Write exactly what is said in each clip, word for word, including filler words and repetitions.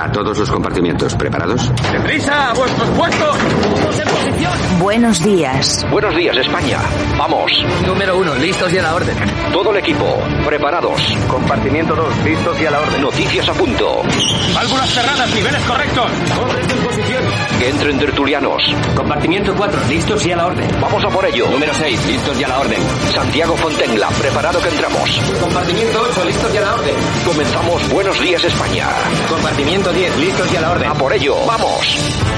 A todos los compartimientos, ¿preparados? ¡Deprisa! ¡A vuestros puestos! ¡Todos en posición! Buenos días. Buenos días, España. Vamos. Número uno, listos y a la orden. Todo el equipo, preparados. Compartimiento dos, listos y a la orden. Noticias a punto. Válvulas cerradas, niveles correctos. Hombres en posición. Que entren tertulianos. Compartimiento cuatro, listos y a la orden. Vamos a por ello. Número seis, listos y a la orden. Santiago Fontenla, preparado que entramos. Compartimiento ocho, listos y a la orden. Comenzamos Buenos días, España. Compartimiento diez, listos y a la orden. A por ello, vamos.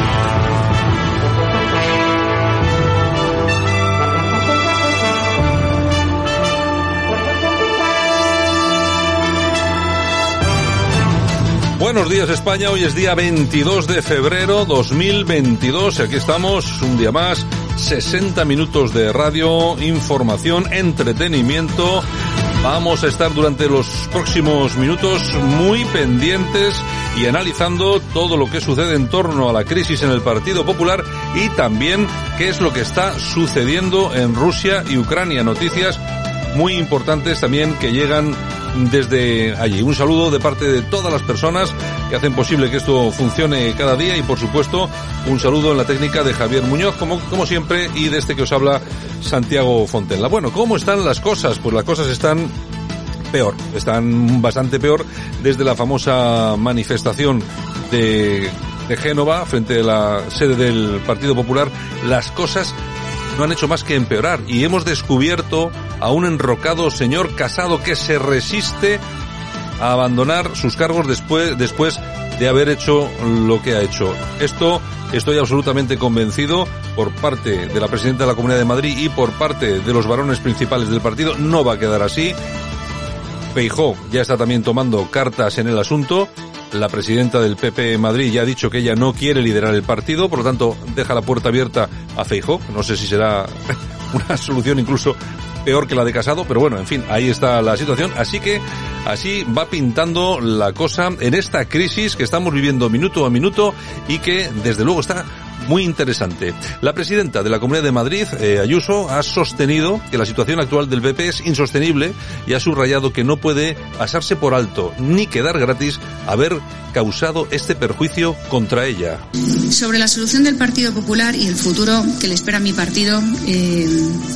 Buenos días, España. Hoy es día veintidós de febrero dos mil veintidós. Aquí estamos un día más. sesenta minutos de radio, información, entretenimiento. Vamos a estar durante los próximos minutos muy pendientes y analizando todo lo que sucede en torno a la crisis en el Partido Popular y también qué es lo que está sucediendo en Rusia y Ucrania. Noticias muy importantes también que llegan desde allí. Un saludo de parte de todas las personas que hacen posible que esto funcione cada día y, por supuesto, un saludo en la técnica de Javier Muñoz, como, como siempre, y de este que os habla Santiago Fontenla. Bueno, ¿cómo están las cosas? Pues las cosas están peor, están bastante peor desde la famosa manifestación de, de Génova frente a la sede del Partido Popular. Las cosas no han hecho más que empeorar y hemos descubierto a un enrocado señor Casado que se resiste a abandonar sus cargos después, después de haber hecho lo que ha hecho. Esto estoy absolutamente convencido por parte de la presidenta de la Comunidad de Madrid y por parte de los varones principales del partido. No va a quedar así. Feijóo ya está también tomando cartas en el asunto. La presidenta del P P en Madrid ya ha dicho que ella no quiere liderar el partido, por lo tanto deja la puerta abierta a Feijóo. No sé si será una solución incluso peor que la de Casado, pero bueno, en fin, ahí está la situación. Así que así va pintando la cosa en esta crisis que estamos viviendo minuto a minuto y que desde luego está muy interesante. La presidenta de la Comunidad de Madrid, eh, Ayuso, ha sostenido que la situación actual del P P es insostenible y ha subrayado que no puede pasarse por alto ni quedar gratis haber causado este perjuicio contra ella. Sobre la solución del Partido Popular y el futuro que le espera a mi partido, eh,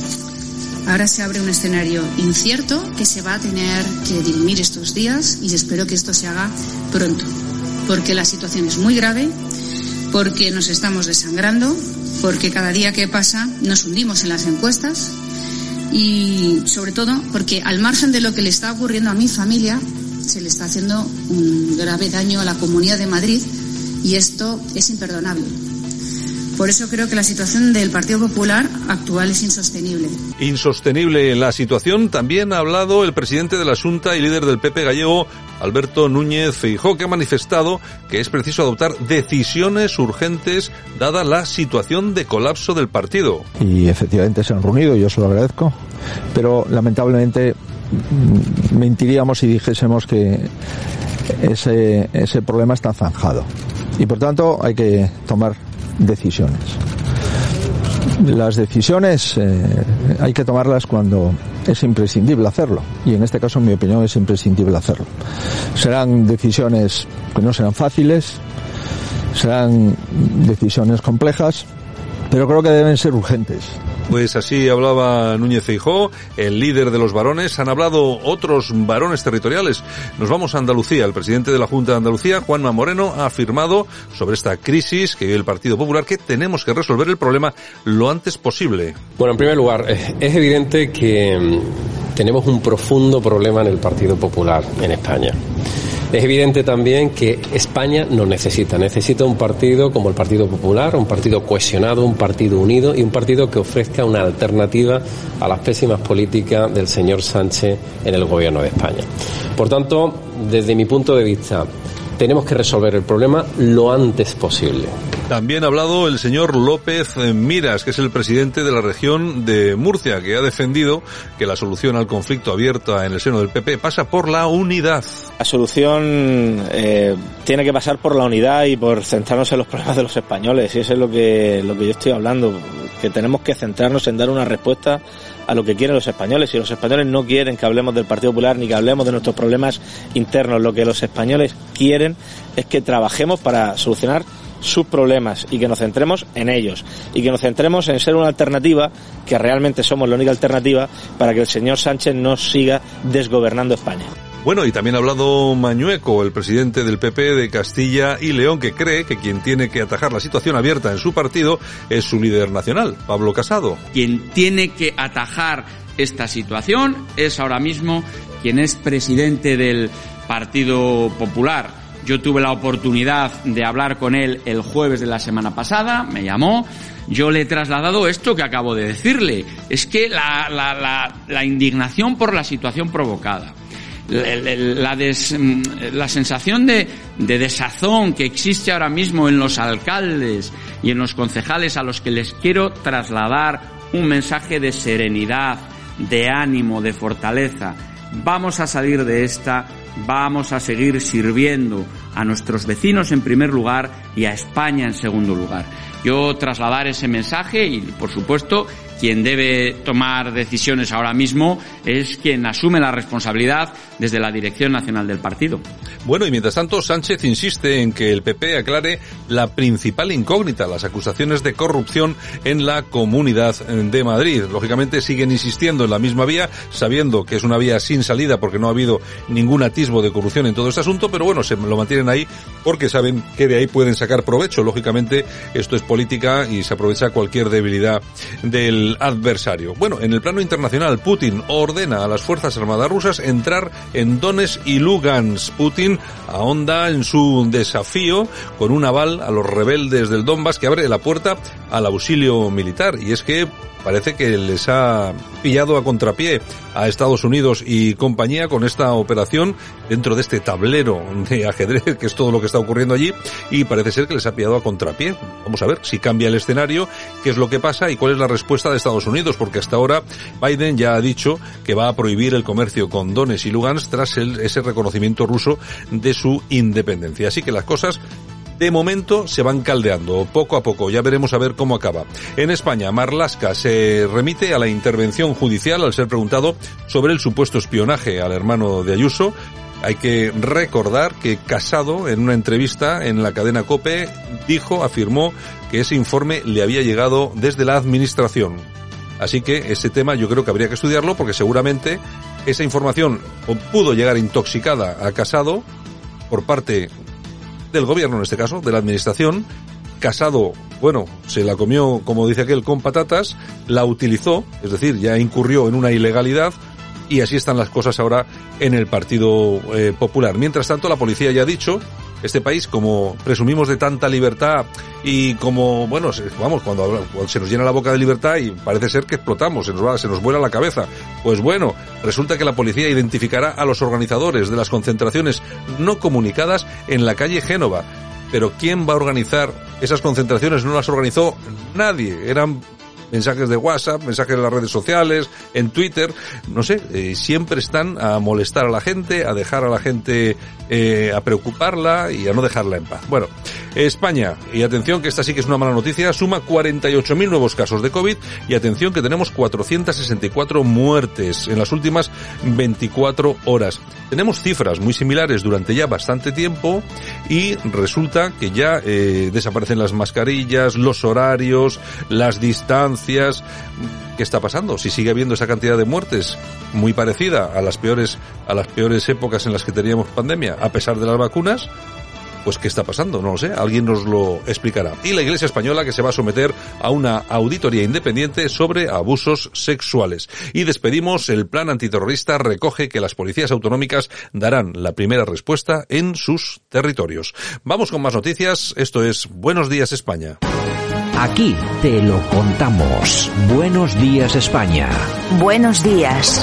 ahora se abre un escenario incierto que se va a tener que dirimir estos días y espero que esto se haga pronto, porque la situación es muy grave, porque nos estamos desangrando, porque cada día que pasa nos hundimos en las encuestas y sobre todo porque al margen de lo que le está ocurriendo a mi familia se le está haciendo un grave daño a la Comunidad de Madrid y esto es imperdonable. Por eso creo que la situación del Partido Popular actual es insostenible. Insostenible la situación. También ha hablado el presidente de la Xunta y líder del P P gallego, Alberto Núñez Feijóo, que ha manifestado que es preciso adoptar decisiones urgentes dada la situación de colapso del partido. Y efectivamente se han reunido, yo se lo agradezco, pero lamentablemente mentiríamos si dijésemos que ese, ese problema está zanjado. Y por tanto hay que tomar decisiones. Las decisiones eh, hay que tomarlas cuando es imprescindible hacerlo y en este caso en mi opinión es imprescindible hacerlo. Serán decisiones que no serán fáciles, serán decisiones complejas, pero creo que deben ser urgentes. Pues así hablaba Núñez Feijóo, el líder de los varones. Han hablado otros varones territoriales. Nos vamos a Andalucía. El presidente de la Junta de Andalucía, Juanma Moreno, ha afirmado sobre esta crisis que vive el Partido Popular que tenemos que resolver el problema lo antes posible. Bueno, en primer lugar, es evidente que tenemos un profundo problema en el Partido Popular en España. Es evidente también que España nos necesita, necesita un partido como el Partido Popular, un partido cohesionado, un partido unido y un partido que ofrezca una alternativa a las pésimas políticas del señor Sánchez en el gobierno de España. Por tanto, desde mi punto de vista, tenemos que resolver el problema lo antes posible. También ha hablado el señor López Miras, que es el presidente de la región de Murcia, que ha defendido que la solución al conflicto abierta en el seno del P P pasa por la unidad. La solución eh, tiene que pasar por la unidad y por centrarnos en los problemas de los españoles, y eso es lo que, lo que yo estoy hablando, que tenemos que centrarnos en dar una respuesta a lo que quieren los españoles. Y los españoles no quieren que hablemos del Partido Popular ni que hablemos de nuestros problemas internos. Lo que los españoles quieren es que trabajemos para solucionar sus problemas y que nos centremos en ellos y que nos centremos en ser una alternativa, que realmente somos la única alternativa para que el señor Sánchez no siga desgobernando España. Bueno, y también ha hablado Mañueco, el presidente del P P de Castilla y León, que cree que quien tiene que atajar la situación abierta en su partido es su líder nacional, Pablo Casado. Quien tiene que atajar esta situación es ahora mismo quien es presidente del Partido Popular. Yo tuve la oportunidad de hablar con él el jueves de la semana pasada, me llamó, yo le he trasladado esto que acabo de decirle. Es que la, la, la, la indignación por la situación provocada, la, la, des, la sensación de, de desazón que existe ahora mismo en los alcaldes y en los concejales, a los que les quiero trasladar un mensaje de serenidad, de ánimo, de fortaleza. Vamos a salir de esta, vamos a seguir sirviendo a nuestros vecinos en primer lugar y a España en segundo lugar. Yo trasladar ese mensaje y, por supuesto, quien debe tomar decisiones ahora mismo es quien asume la responsabilidad desde la Dirección Nacional del partido. Bueno, y mientras tanto, Sánchez insiste en que el P P aclare la principal incógnita, las acusaciones de corrupción en la Comunidad de Madrid. Lógicamente siguen insistiendo en la misma vía, sabiendo que es una vía sin salida porque no ha habido ningún atisbo de corrupción en todo este asunto, pero bueno, se lo mantienen ahí porque saben que de ahí pueden sacar provecho. Lógicamente, esto es política y se aprovecha cualquier debilidad del adversario. Bueno, en el plano internacional, Putin ordena a las Fuerzas Armadas rusas entrar en Donetsk y Lugansk. Putin ahonda en su desafío con un aval a los rebeldes del Donbass que abre la puerta al auxilio militar. Y es que parece que les ha pillado a contrapié a Estados Unidos y compañía con esta operación dentro de este tablero de ajedrez, que es todo lo que está ocurriendo allí, y parece ser que les ha pillado a contrapié. Vamos a ver si cambia el escenario, qué es lo que pasa y cuál es la respuesta de Estados Unidos, porque hasta ahora Biden ya ha dicho que va a prohibir el comercio con Donetsk y Lugansk tras el, ese reconocimiento ruso de su independencia. Así que las cosas de momento se van caldeando, poco a poco, ya veremos a ver cómo acaba. En España, Marlaska se remite a la intervención judicial al ser preguntado sobre el supuesto espionaje al hermano de Ayuso. Hay que recordar que Casado, en una entrevista en la cadena COPE, dijo, afirmó que ese informe le había llegado desde la administración. Así que ese tema yo creo que habría que estudiarlo, porque seguramente esa información pudo llegar intoxicada a Casado por parte del gobierno, en este caso, de la administración. Casado, bueno, se la comió, como dice aquel, con patatas, la utilizó, es decir, ya incurrió en una ilegalidad, y así están las cosas ahora en el Partido eh, Popular. Mientras tanto, la policía ya ha dicho, este país, como presumimos de tanta libertad y como, bueno, vamos, cuando, cuando se nos llena la boca de libertad y parece ser que explotamos, se nos va, se nos vuela la cabeza. Pues bueno, resulta que la policía identificará a los organizadores de las concentraciones no comunicadas en la calle Génova. Pero ¿quién va a organizar esas concentraciones? No las organizó nadie. Eran mensajes de WhatsApp, mensajes en las redes sociales, en Twitter, no sé, eh, siempre están a molestar a la gente, a dejar a la gente, eh, a preocuparla y a no dejarla en paz. Bueno, España, y atención que esta sí que es una mala noticia, suma cuarenta y ocho mil nuevos casos de COVID y atención que tenemos cuatrocientas sesenta y cuatro muertes en las últimas veinticuatro horas. Tenemos cifras muy similares durante ya bastante tiempo y resulta que ya eh, desaparecen las mascarillas, los horarios, las distancias. ¿Qué está pasando? Si sigue habiendo esa cantidad de muertes muy parecida a las peores a las peores épocas en las que teníamos pandemia, a pesar de las vacunas, pues ¿qué está pasando? No lo sé, alguien nos lo explicará. Y la Iglesia Española, que se va a someter a una auditoría independiente sobre abusos sexuales. Y despedimos, el plan antiterrorista recoge que las policías autonómicas darán la primera respuesta en sus territorios. Vamos con más noticias, esto es Buenos Días España. Aquí te lo contamos. Buenos días, España. Buenos días.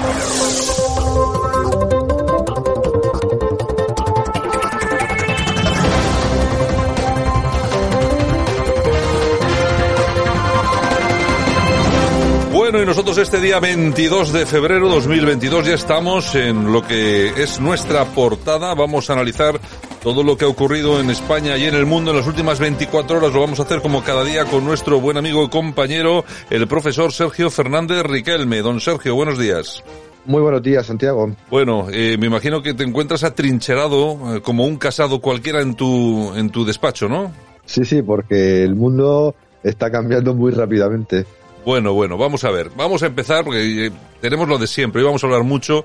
Bueno, y nosotros este día veintidós de febrero dos mil veintidós ya estamos en lo que es nuestra portada. Vamos a analizar todo lo que ha ocurrido en España y en el mundo en las últimas veinticuatro horas. Lo vamos a hacer como cada día con nuestro buen amigo y compañero, el profesor Sergio Fernández Riquelme. Don Sergio, buenos días. Muy buenos días, Santiago. Bueno, eh, me imagino que te encuentras atrincherado eh, como un casado cualquiera en tu en tu despacho, ¿no? Sí, sí, porque el mundo está cambiando muy rápidamente. Bueno, bueno, vamos a ver. Vamos a empezar porque eh, tenemos lo de siempre. Hoy vamos a hablar mucho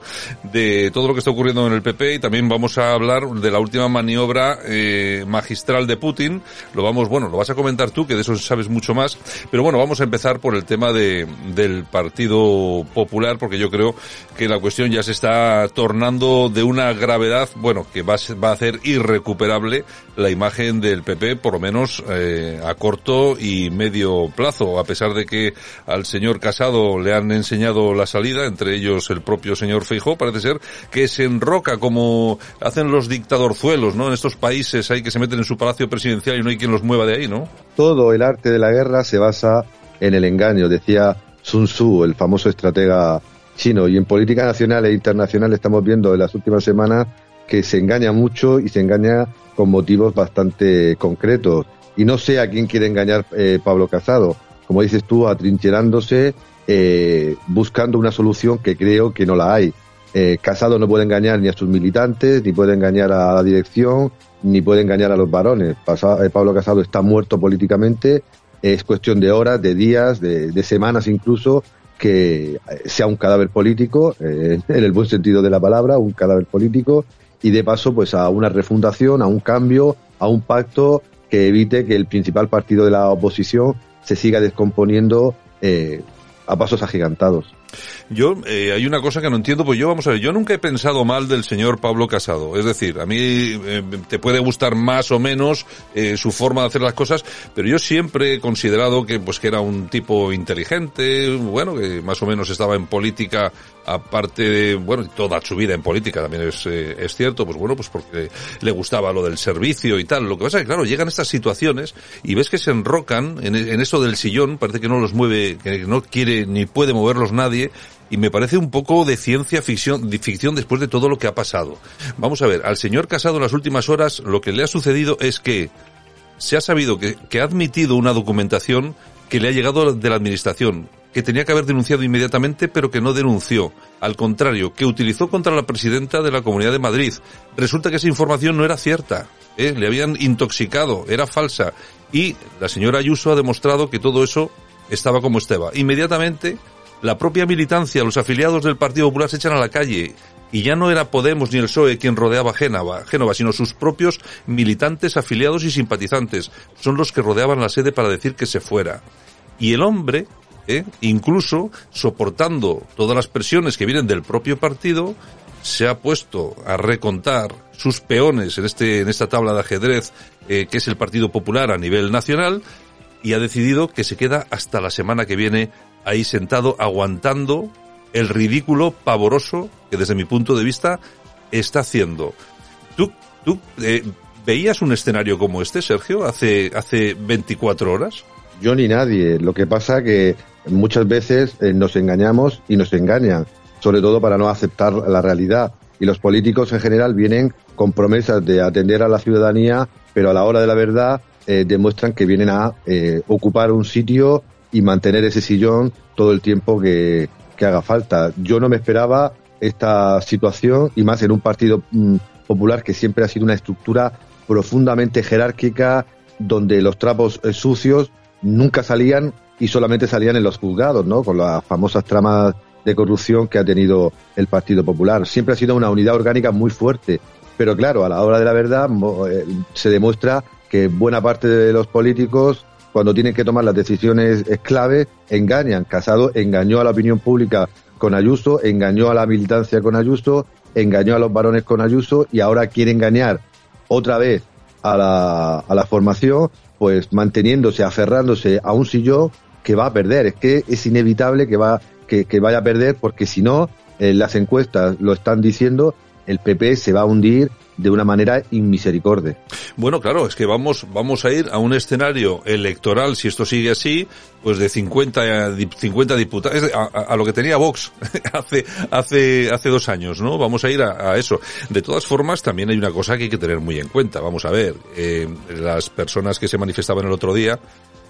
de todo lo que está ocurriendo en el P P y también vamos a hablar de la última maniobra eh, magistral de Putin. Lo vamos, bueno, lo vas a comentar tú, que de eso sabes mucho más. Pero bueno, vamos a empezar por el tema de del Partido Popular, porque yo creo que la cuestión ya se está tornando de una gravedad, bueno, que va a, va a hacer irrecuperable la imagen del P P, por lo menos eh, a corto y medio plazo, a pesar de que al señor Casado le han enseñado la salida, entre ellos el propio señor Feijóo. Parece ser que se enroca como hacen los dictadorzuelos, ¿no? En estos países hay que se meten en su palacio presidencial y no hay quien los mueva de ahí, ¿no? Todo el arte de la guerra se basa en el engaño, decía Sun Tzu, el famoso estratega chino. Y en política nacional e internacional estamos viendo en las últimas semanas que se engaña mucho y se engaña con motivos bastante concretos. Y no sé a quién quiere engañar eh, Pablo Casado. Como dices tú, atrincherándose, eh, buscando una solución que creo que no la hay. Eh, Casado no puede engañar ni a sus militantes, ni puede engañar a la dirección, ni puede engañar a los varones. Pasa, eh, Pablo Casado está muerto políticamente, es cuestión de horas, de días, de, de semanas incluso, que sea un cadáver político, eh, en el buen sentido de la palabra, un cadáver político, y de paso pues a una refundación, a un cambio, a un pacto que evite que el principal partido de la oposición se siga descomponiendo eh, a pasos agigantados. Yo, eh, hay una cosa que no entiendo, pues yo, vamos a ver, yo nunca he pensado mal del señor Pablo Casado. Es decir, a mí eh, te puede gustar más o menos eh, su forma de hacer las cosas, pero yo siempre he considerado que, pues, que era un tipo inteligente, bueno, que más o menos estaba en política, aparte de, bueno, toda su vida en política también es, eh, es cierto, pues bueno, pues porque le gustaba lo del servicio y tal. Lo que pasa es que, claro, llegan estas situaciones y ves que se enrocan en, en eso del sillón, parece que no los mueve, que no quiere ni puede moverlos nadie. Y me parece un poco de ciencia ficción, de ficción después de todo lo que ha pasado. Vamos a ver, al señor Casado en las últimas horas lo que le ha sucedido es que se ha sabido que, que ha admitido una documentación que le ha llegado de la administración, que tenía que haber denunciado inmediatamente, pero que no denunció. Al contrario, que utilizó contra la presidenta de la Comunidad de Madrid. Resulta que esa información no era cierta, ¿eh? Le habían intoxicado, era falsa. Y la señora Ayuso ha demostrado que todo eso estaba como estaba. Inmediatamente, la propia militancia, los afiliados del Partido Popular se echan a la calle y ya no era Podemos ni el P S O E quien rodeaba a Génova, Génova, sino sus propios militantes, afiliados y simpatizantes. Son los que rodeaban la sede para decir que se fuera. Y el hombre, eh, incluso soportando todas las presiones que vienen del propio partido, se ha puesto a recontar sus peones en este en esta tabla de ajedrez eh, que es el Partido Popular a nivel nacional y ha decidido que se queda hasta la semana que viene ahí sentado, aguantando el ridículo pavoroso que desde mi punto de vista está haciendo. ¿Tú, tú eh, veías un escenario como este, Sergio, hace, hace veinticuatro horas? Yo ni nadie. Lo que pasa que muchas veces eh, nos engañamos y nos engañan, sobre todo para no aceptar la realidad. Y los políticos en general vienen con promesas de atender a la ciudadanía, pero a la hora de la verdad eh, demuestran que vienen a eh, ocupar un sitio y mantener ese sillón todo el tiempo que, que haga falta. Yo no me esperaba esta situación, y más en un partido mmm, popular que siempre ha sido una estructura profundamente jerárquica, donde los trapos eh, sucios nunca salían y solamente salían en los juzgados, ¿no? Con las famosas tramas de corrupción que ha tenido el Partido Popular. Siempre ha sido una unidad orgánica muy fuerte, pero claro, a la hora de la verdad eh, se demuestra que buena parte de los políticos, cuando tienen que tomar las decisiones clave, engañan. Casado engañó a la opinión pública con Ayuso, engañó a la militancia con Ayuso, engañó a los varones con Ayuso y ahora quiere engañar otra vez a la, a la formación, pues manteniéndose, aferrándose a un sillón que va a perder. Es que es inevitable que va que, que vaya a perder, porque si no, eh, las encuestas lo están diciendo, el P P se va a hundir de una manera inmisericordia. Bueno, claro, es que vamos vamos a ir a un escenario electoral, si esto sigue así, pues de cincuenta, cincuenta diputados, a, a, a lo que tenía Vox hace hace hace dos años, ¿no? Vamos a ir a, a eso. De todas formas, también hay una cosa que hay que tener muy en cuenta. Vamos a ver, eh, las personas que se manifestaban el otro día,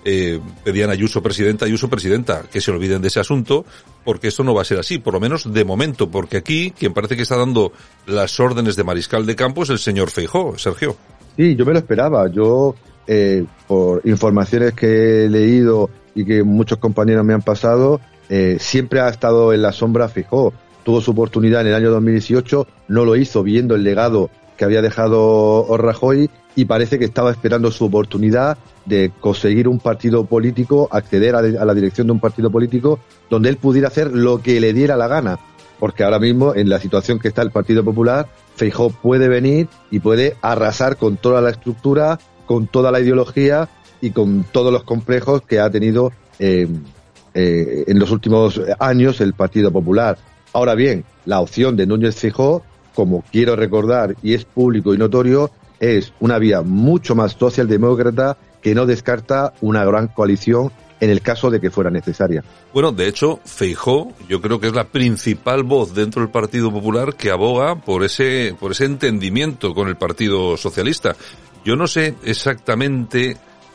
eh, pedían Ayuso presidenta, Ayuso presidenta, que se olviden de ese asunto, porque esto no va a ser así, por lo menos de momento, porque aquí quien parece que está dando las órdenes de mariscal de campo es el señor Feijóo, Sergio. Sí, yo me lo esperaba. Yo, eh, por informaciones que he leído y que muchos compañeros me han pasado, eh, siempre ha estado en la sombra Feijóo. Tuvo su oportunidad en el año dos mil dieciocho, no lo hizo viendo el legado que había dejado Rajoy y parece que estaba esperando su oportunidad de conseguir un partido político, acceder a, a la dirección de un partido político donde él pudiera hacer lo que le diera la gana. Porque ahora mismo, en la situación que está el Partido Popular, Feijóo puede venir y puede arrasar con toda la estructura, con toda la ideología y con todos los complejos que ha tenido eh, eh, en los últimos años el Partido Popular. Ahora bien, la opción de Núñez Feijóo, como quiero recordar y es público y notorio, es una vía mucho más socialdemócrata que no descarta una gran coalición en el caso de que fuera necesaria. Bueno, de hecho, Feijóo yo creo que es la principal voz dentro del Partido Popular que aboga por ese por ese entendimiento con el Partido Socialista. Yo no sé exactamente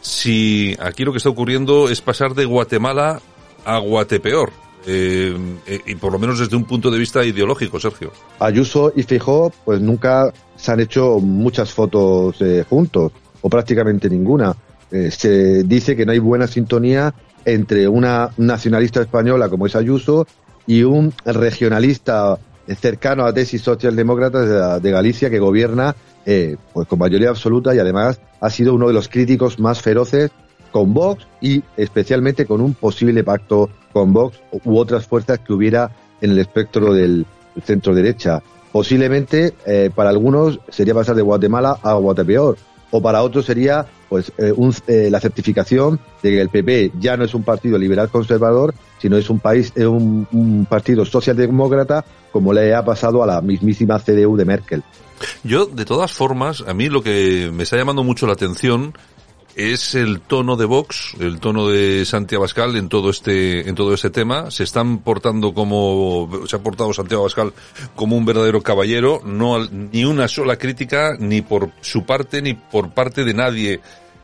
si aquí lo que está ocurriendo es pasar de Guatemala a Guatepeor, eh, eh, y por lo menos desde un punto de vista ideológico, Sergio. Ayuso y Feijóo pues nunca se han hecho muchas fotos eh, juntos, o prácticamente ninguna. Eh, se dice que no hay buena sintonía entre una nacionalista española como es Ayuso y un regionalista cercano a tesis socialdemócratas de, de Galicia que gobierna eh, pues con mayoría absoluta y además ha sido uno de los críticos más feroces con Vox y especialmente con un posible pacto con Vox u otras fuerzas que hubiera en el espectro del centro derecha. Posiblemente eh, para algunos sería pasar de Guatemala a Guatepeor, o para otros sería pues eh, un, eh, la certificación de que el P P ya no es un partido liberal conservador, sino es un país eh, un, un partido socialdemócrata, como le ha pasado a la mismísima C D U de Merkel. Yo, de todas formas, a mí lo que me está llamando mucho la atención es el tono de Vox, el tono de Santiago Abascal en todo este en todo este tema. Se están portando como se ha portado Santiago Abascal como un verdadero caballero, no ni una sola crítica ni por su parte ni por parte de nadie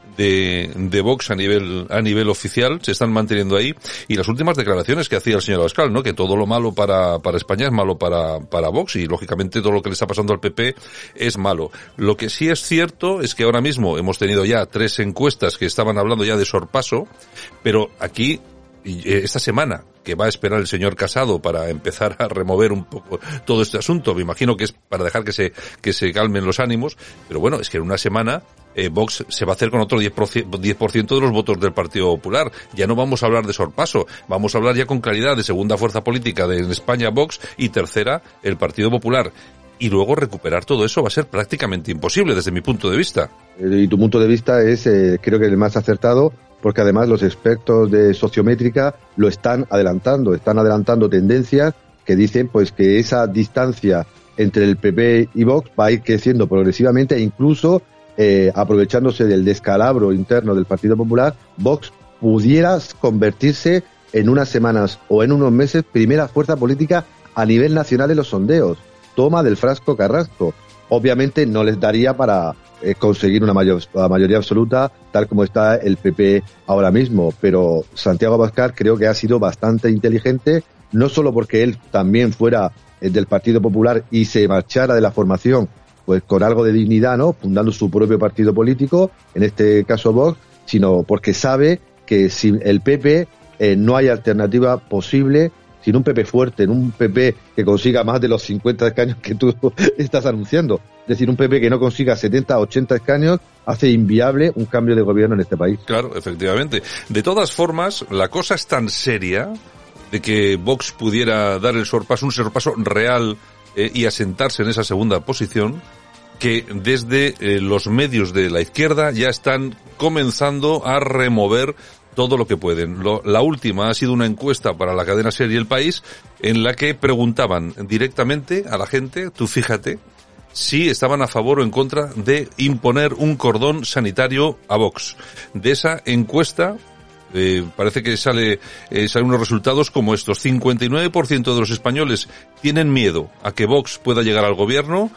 de de Vox a nivel a nivel oficial. Se están manteniendo ahí, y las últimas declaraciones que hacía el señor Abascal, ¿no? Que todo lo malo para para España es malo para para Vox, y lógicamente todo lo que le está pasando al P P es malo. Lo que sí es cierto es que ahora mismo hemos tenido ya tres encuestas que estaban hablando ya de sorpaso, pero aquí esta semana que va a esperar el señor Casado para empezar a remover un poco todo este asunto, me imagino que es para dejar que se que se calmen los ánimos, pero bueno, es que en una semana eh, Vox se va a hacer con otro diez por ciento de los votos del Partido Popular. Ya no vamos a hablar de sorpaso, vamos a hablar ya con claridad de segunda fuerza política de en España Vox y tercera el Partido Popular. Y luego recuperar todo eso va a ser prácticamente imposible desde mi punto de vista. Y tu punto de vista es, eh, creo que el más acertado, porque además los expertos de sociométrica lo están adelantando, están adelantando tendencias que dicen pues que esa distancia entre el P P y Vox va a ir creciendo progresivamente e incluso eh, aprovechándose del descalabro interno del Partido Popular, Vox pudiera convertirse en unas semanas o en unos meses primera fuerza política a nivel nacional en los sondeos. Toma del frasco Carrasco. Obviamente no les daría para eh, conseguir una mayor, la mayoría absoluta tal como está el P P ahora mismo, pero Santiago Abascal creo que ha sido bastante inteligente, no solo porque él también fuera eh, del Partido Popular y se marchara de la formación pues con algo de dignidad, ¿no? Fundando su propio partido político, en este caso Vox, sino porque sabe que sin el P P eh, no hay alternativa posible, sin un P P fuerte, en un P P que consiga más de los cincuenta escaños que tú estás anunciando. Es decir, un P P que no consiga setenta, ochenta escaños hace inviable un cambio de gobierno en este país. Claro, efectivamente. De todas formas, la cosa es tan seria de que Vox pudiera dar el sorpaso, un sorpaso real eh, y asentarse en esa segunda posición, que desde eh, los medios de la izquierda ya están comenzando a remover todo lo que pueden. Lo, la última ha sido una encuesta para la cadena SER y El País en la que preguntaban directamente a la gente, tú fíjate, si estaban a favor o en contra de imponer un cordón sanitario a Vox. De esa encuesta eh, parece que sale eh, salen unos resultados como estos. cincuenta y nueve por ciento de los españoles tienen miedo a que Vox pueda llegar al gobierno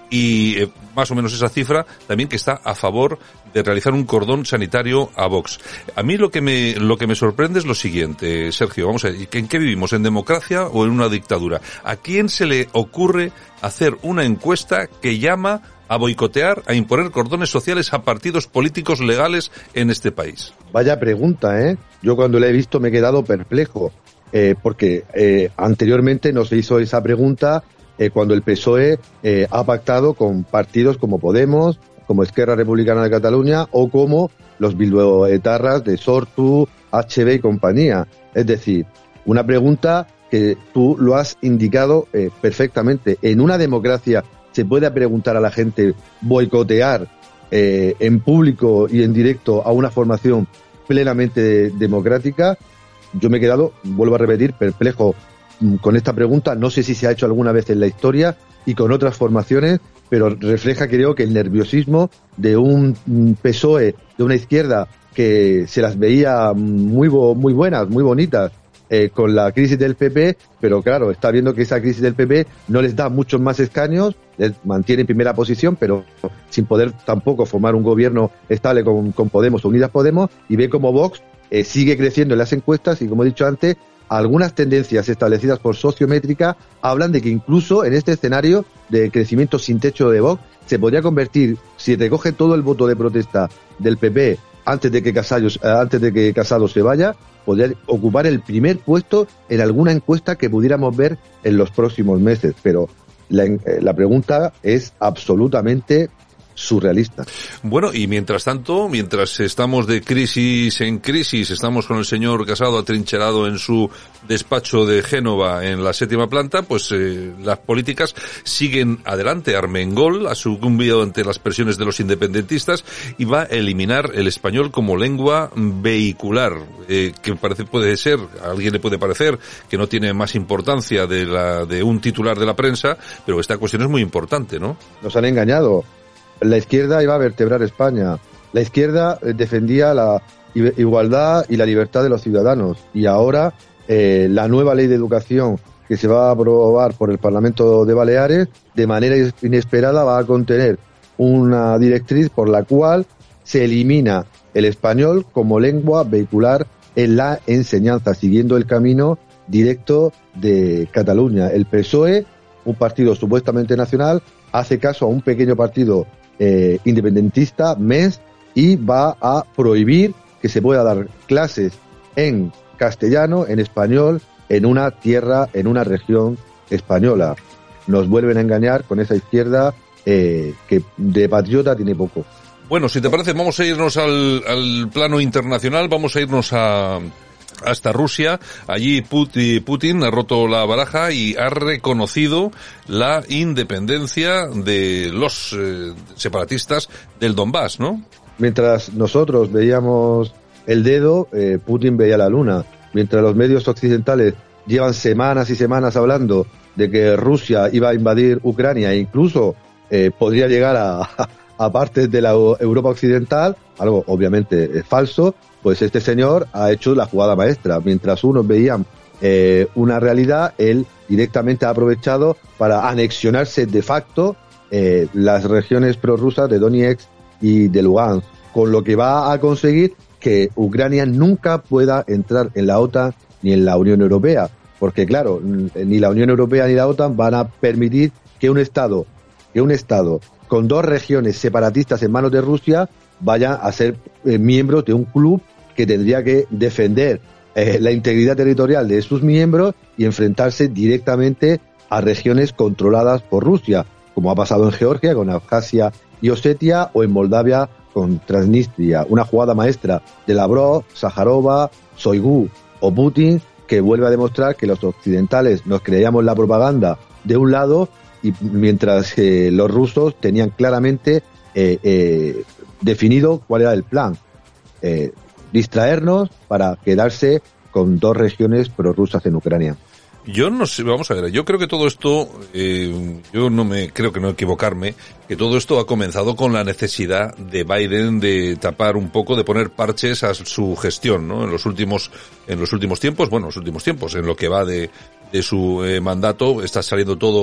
y eh, más o menos esa cifra también que está a favor de realizar un cordón sanitario a Vox. A mí lo que me lo que me sorprende es lo siguiente, Sergio, vamos a ver, ¿en qué vivimos? ¿En democracia o en una dictadura? ¿A quién se le ocurre hacer una encuesta que llama a boicotear, a imponer cordones sociales a partidos políticos legales en este país? Vaya pregunta, ¿eh? Yo cuando la he visto me he quedado perplejo, eh, porque eh, anteriormente no se hizo esa pregunta eh, cuando el P S O E eh, ha pactado con partidos como Podemos, como Esquerra Republicana de Cataluña o como los bilboetarras de Sortu, H B y compañía. Es decir, una pregunta que tú lo has indicado eh, perfectamente. En una democracia se puede preguntar a la gente, boicotear eh, en público y en directo a una formación plenamente democrática. Yo me he quedado, vuelvo a repetir, perplejo con esta pregunta. No sé si se ha hecho alguna vez en la historia y con otras formaciones, pero refleja, creo, que el nerviosismo de un P S O E, de una izquierda que se las veía muy, bo- muy buenas, muy bonitas, Eh, con la crisis del P P, pero claro, está viendo que esa crisis del P P no les da muchos más escaños, les mantiene en primera posición, pero sin poder tampoco formar un gobierno estable con, con Podemos o Unidas Podemos, y ve como Vox eh, sigue creciendo en las encuestas y, como he dicho antes, algunas tendencias establecidas por Sociométrica hablan de que incluso en este escenario de crecimiento sin techo de Vox se podría convertir, si recoge todo el voto de protesta del P P antes de que Casado, antes de que Casado se vaya, podría ocupar el primer puesto en alguna encuesta que pudiéramos ver en los próximos meses. Pero la, la pregunta es absolutamente surrealista. Bueno, y mientras tanto, mientras estamos de crisis en crisis, estamos con el señor Casado atrincherado en su despacho de Génova en la séptima planta, pues eh, las políticas siguen adelante. Armengol ha sucumbido ante las presiones de los independentistas y va a eliminar el español como lengua vehicular, eh, que parece puede ser, a alguien le puede parecer que no tiene más importancia de la de un titular de la prensa, pero esta cuestión es muy importante, ¿no? Nos han engañado. La izquierda iba a vertebrar España. La izquierda defendía la igualdad y la libertad de los ciudadanos. Y ahora eh, la nueva ley de educación que se va a aprobar por el Parlamento de Baleares, de manera inesperada va a contener una directriz por la cual se elimina el español como lengua vehicular en la enseñanza, siguiendo el camino directo de Cataluña. El P S O E, un partido supuestamente nacional, hace caso a un pequeño partido Eh, independentista, M E S, y va a prohibir que se pueda dar clases en castellano, en español, en una tierra, en una región española. Nos vuelven a engañar con esa izquierda eh, que de patriota tiene poco. Bueno, si te parece, vamos a irnos al, al plano internacional, vamos a irnos a... hasta Rusia. Allí Putin ha roto la baraja y ha reconocido la independencia de los eh, separatistas del Donbass, ¿no? Mientras nosotros veíamos el dedo, eh, Putin veía la luna. Mientras los medios occidentales llevan semanas y semanas hablando de que Rusia iba a invadir Ucrania e incluso eh, podría llegar a, a partes de la Europa occidental, algo obviamente es falso, pues este señor ha hecho la jugada maestra. Mientras unos veían eh, una realidad, él directamente ha aprovechado para anexionarse de facto eh, las regiones prorrusas de Donetsk y de Lugansk, con lo que va a conseguir que Ucrania nunca pueda entrar en la OTAN ni en la Unión Europea, porque claro, ni la Unión Europea ni la OTAN van a permitir que un Estado, que un Estado con dos regiones separatistas en manos de Rusia vaya a ser eh, miembros de un club que tendría que defender eh, la integridad territorial de sus miembros y enfrentarse directamente a regiones controladas por Rusia, como ha pasado en Georgia con Abjasia y Osetia, o en Moldavia con Transnistria. Una jugada maestra de Lavrov, Sájarova, Shoigu o Putin, que vuelve a demostrar que los occidentales nos creíamos la propaganda de un lado, y mientras eh, los rusos tenían claramente eh, eh, definido cuál era el plan. Eh, distraernos para quedarse con dos regiones prorrusas en Ucrania. Yo no sé, vamos a ver, yo creo que todo esto, eh, yo no me, creo que no equivocarme, que todo esto ha comenzado con la necesidad de Biden de tapar un poco, de poner parches a su gestión, ¿no? En los últimos, en los últimos tiempos, bueno, los últimos tiempos, en lo que va de, de su eh, mandato, está saliendo todo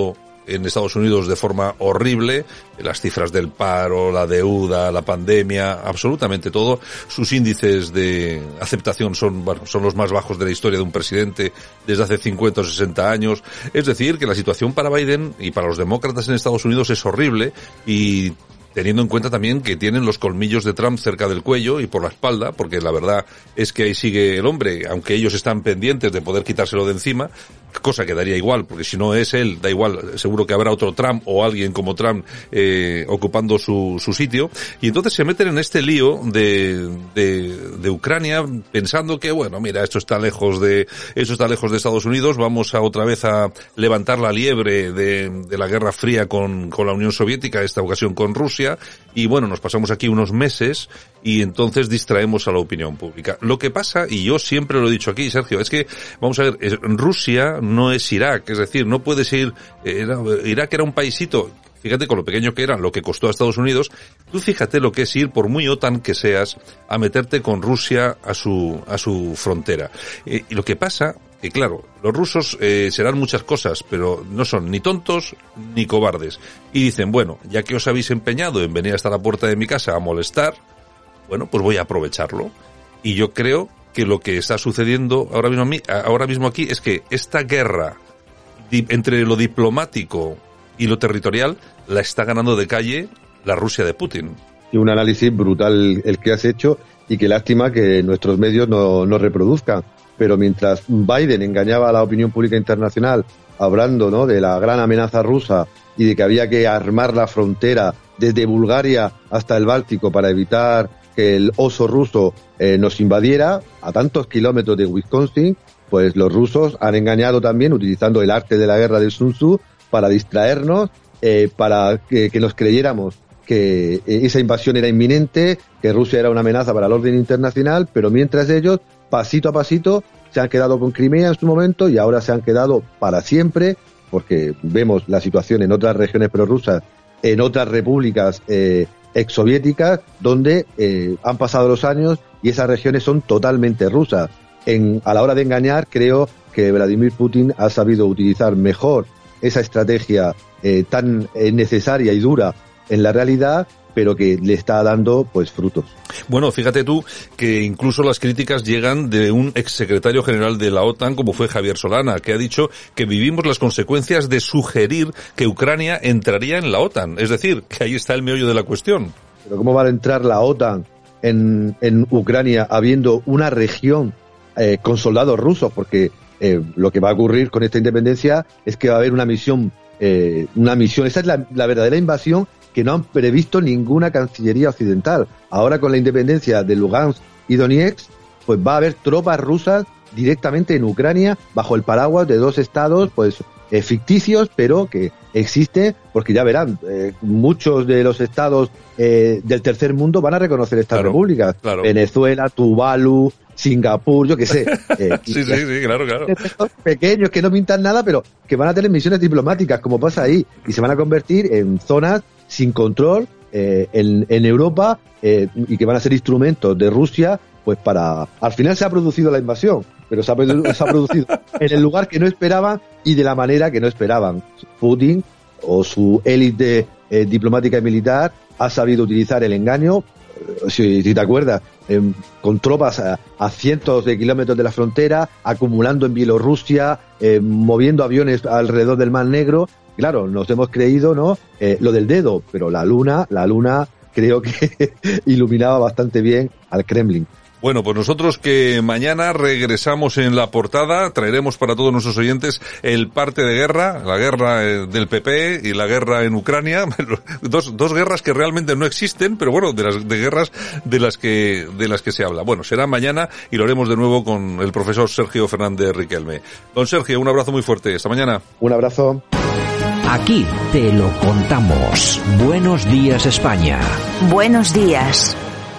en Estados Unidos de forma horrible, las cifras del paro, la deuda, la pandemia, absolutamente todo. Sus índices de aceptación son, bueno, son los más bajos de la historia de un presidente desde hace cincuenta o sesenta años. Es decir, que la situación para Biden y para los demócratas en Estados Unidos es horrible, y teniendo en cuenta también que tienen los colmillos de Trump cerca del cuello y por la espalda, porque la verdad es que ahí sigue el hombre, aunque ellos están pendientes de poder quitárselo de encima, cosa que daría igual, porque si no es él, da igual, seguro que habrá otro Trump o alguien como Trump eh, ocupando su, su sitio, y entonces se meten en este lío de, de, de Ucrania, pensando que, bueno, mira, esto está lejos de, esto está lejos de Estados Unidos, vamos a otra vez a levantar la liebre de, de la Guerra Fría con, con la Unión Soviética, esta ocasión con Rusia, y bueno, nos pasamos aquí unos meses y entonces distraemos a la opinión pública. Lo que pasa, y yo siempre lo he dicho aquí, Sergio, es que, vamos a ver, Rusia no es Irak, es decir, no puedes ir, era, Irak era un paisito, fíjate con lo pequeño que era, lo que costó a Estados Unidos, tú fíjate lo que es ir, por muy OTAN que seas, a meterte con Rusia a su, a su frontera. Eh, y lo que pasa, que claro, los rusos eh, serán muchas cosas, pero no son ni tontos ni cobardes. Y dicen, bueno, ya que os habéis empeñado en venir hasta la puerta de mi casa a molestar, bueno, pues voy a aprovecharlo. Y yo creo que lo que está sucediendo ahora mismo, a mí, ahora mismo aquí es que esta guerra di, entre lo diplomático y lo territorial la está ganando de calle la Rusia de Putin. Y un análisis brutal el que has hecho, y qué lástima que nuestros medios no, no reproduzcan. Pero mientras Biden engañaba a la opinión pública internacional hablando, ¿no?, de la gran amenaza rusa y de que había que armar la frontera desde Bulgaria hasta el Báltico para evitar que el oso ruso eh, nos invadiera a tantos kilómetros de Wisconsin, pues los rusos han engañado también utilizando el arte de la guerra de Sun Tzu para distraernos, eh, para que, que nos creyéramos que esa invasión era inminente, que Rusia era una amenaza para el orden internacional, pero mientras ellos, pasito a pasito, se han quedado con Crimea en su momento y ahora se han quedado para siempre, porque vemos la situación en otras regiones prorrusas, en otras repúblicas eh, exsoviéticas, donde eh, han pasado los años y esas regiones son totalmente rusas. En, a la hora de engañar, creo que Vladimir Putin ha sabido utilizar mejor esa estrategia eh, tan eh, necesaria y dura en la realidad, pero que le está dando pues frutos. Bueno, fíjate tú que incluso las críticas llegan de un exsecretario general de la OTAN como fue Javier Solana, que ha dicho que vivimos las consecuencias de sugerir que Ucrania entraría en la OTAN. Es decir, que ahí está el meollo de la cuestión. Pero ¿cómo va a entrar la OTAN en, en Ucrania habiendo una región eh, con soldados rusos? Porque eh, lo que va a ocurrir con esta independencia es que va a haber una misión, eh, una misión, esa es la, la verdadera invasión que no han previsto ninguna Cancillería occidental. Ahora con la independencia de Lugansk y Donetsk, pues va a haber tropas rusas directamente en Ucrania bajo el paraguas de dos estados pues eh, ficticios, pero que existen, porque ya verán, eh, muchos de los estados eh, del tercer mundo van a reconocer estas claro, repúblicas. Claro. Venezuela, Tuvalu, Singapur, yo qué sé. Eh, sí, sí, sí, claro, claro. Pequeños que no pintan nada, pero que van a tener misiones diplomáticas, como pasa ahí, y se van a convertir en zonas sin control eh, en, en Europa eh, y que van a ser instrumentos de Rusia, pues para... Al final se ha producido la invasión, pero se ha, se ha producido en el lugar que no esperaban y de la manera que no esperaban. Putin o su élite eh, diplomática y militar ha sabido utilizar el engaño, eh, si, si te acuerdas, eh, con tropas a, a cientos de kilómetros de la frontera, acumulando en Bielorrusia, eh, moviendo aviones alrededor del Mar Negro. Claro, nos hemos creído, ¿no? Eh, lo del dedo, pero la luna, la luna creo que iluminaba bastante bien al Kremlin. Bueno, pues nosotros que mañana regresamos en la portada, traeremos para todos nuestros oyentes el parte de guerra, la guerra del P P y la guerra en Ucrania, dos, dos guerras que realmente no existen, pero bueno, de las de guerras de las que de las que se habla. Bueno, será mañana y lo haremos de nuevo con el profesor Sergio Fernández Riquelme. Don Sergio, un abrazo muy fuerte. Hasta mañana. Un abrazo. Aquí te lo contamos. Buenos días, España. Buenos días.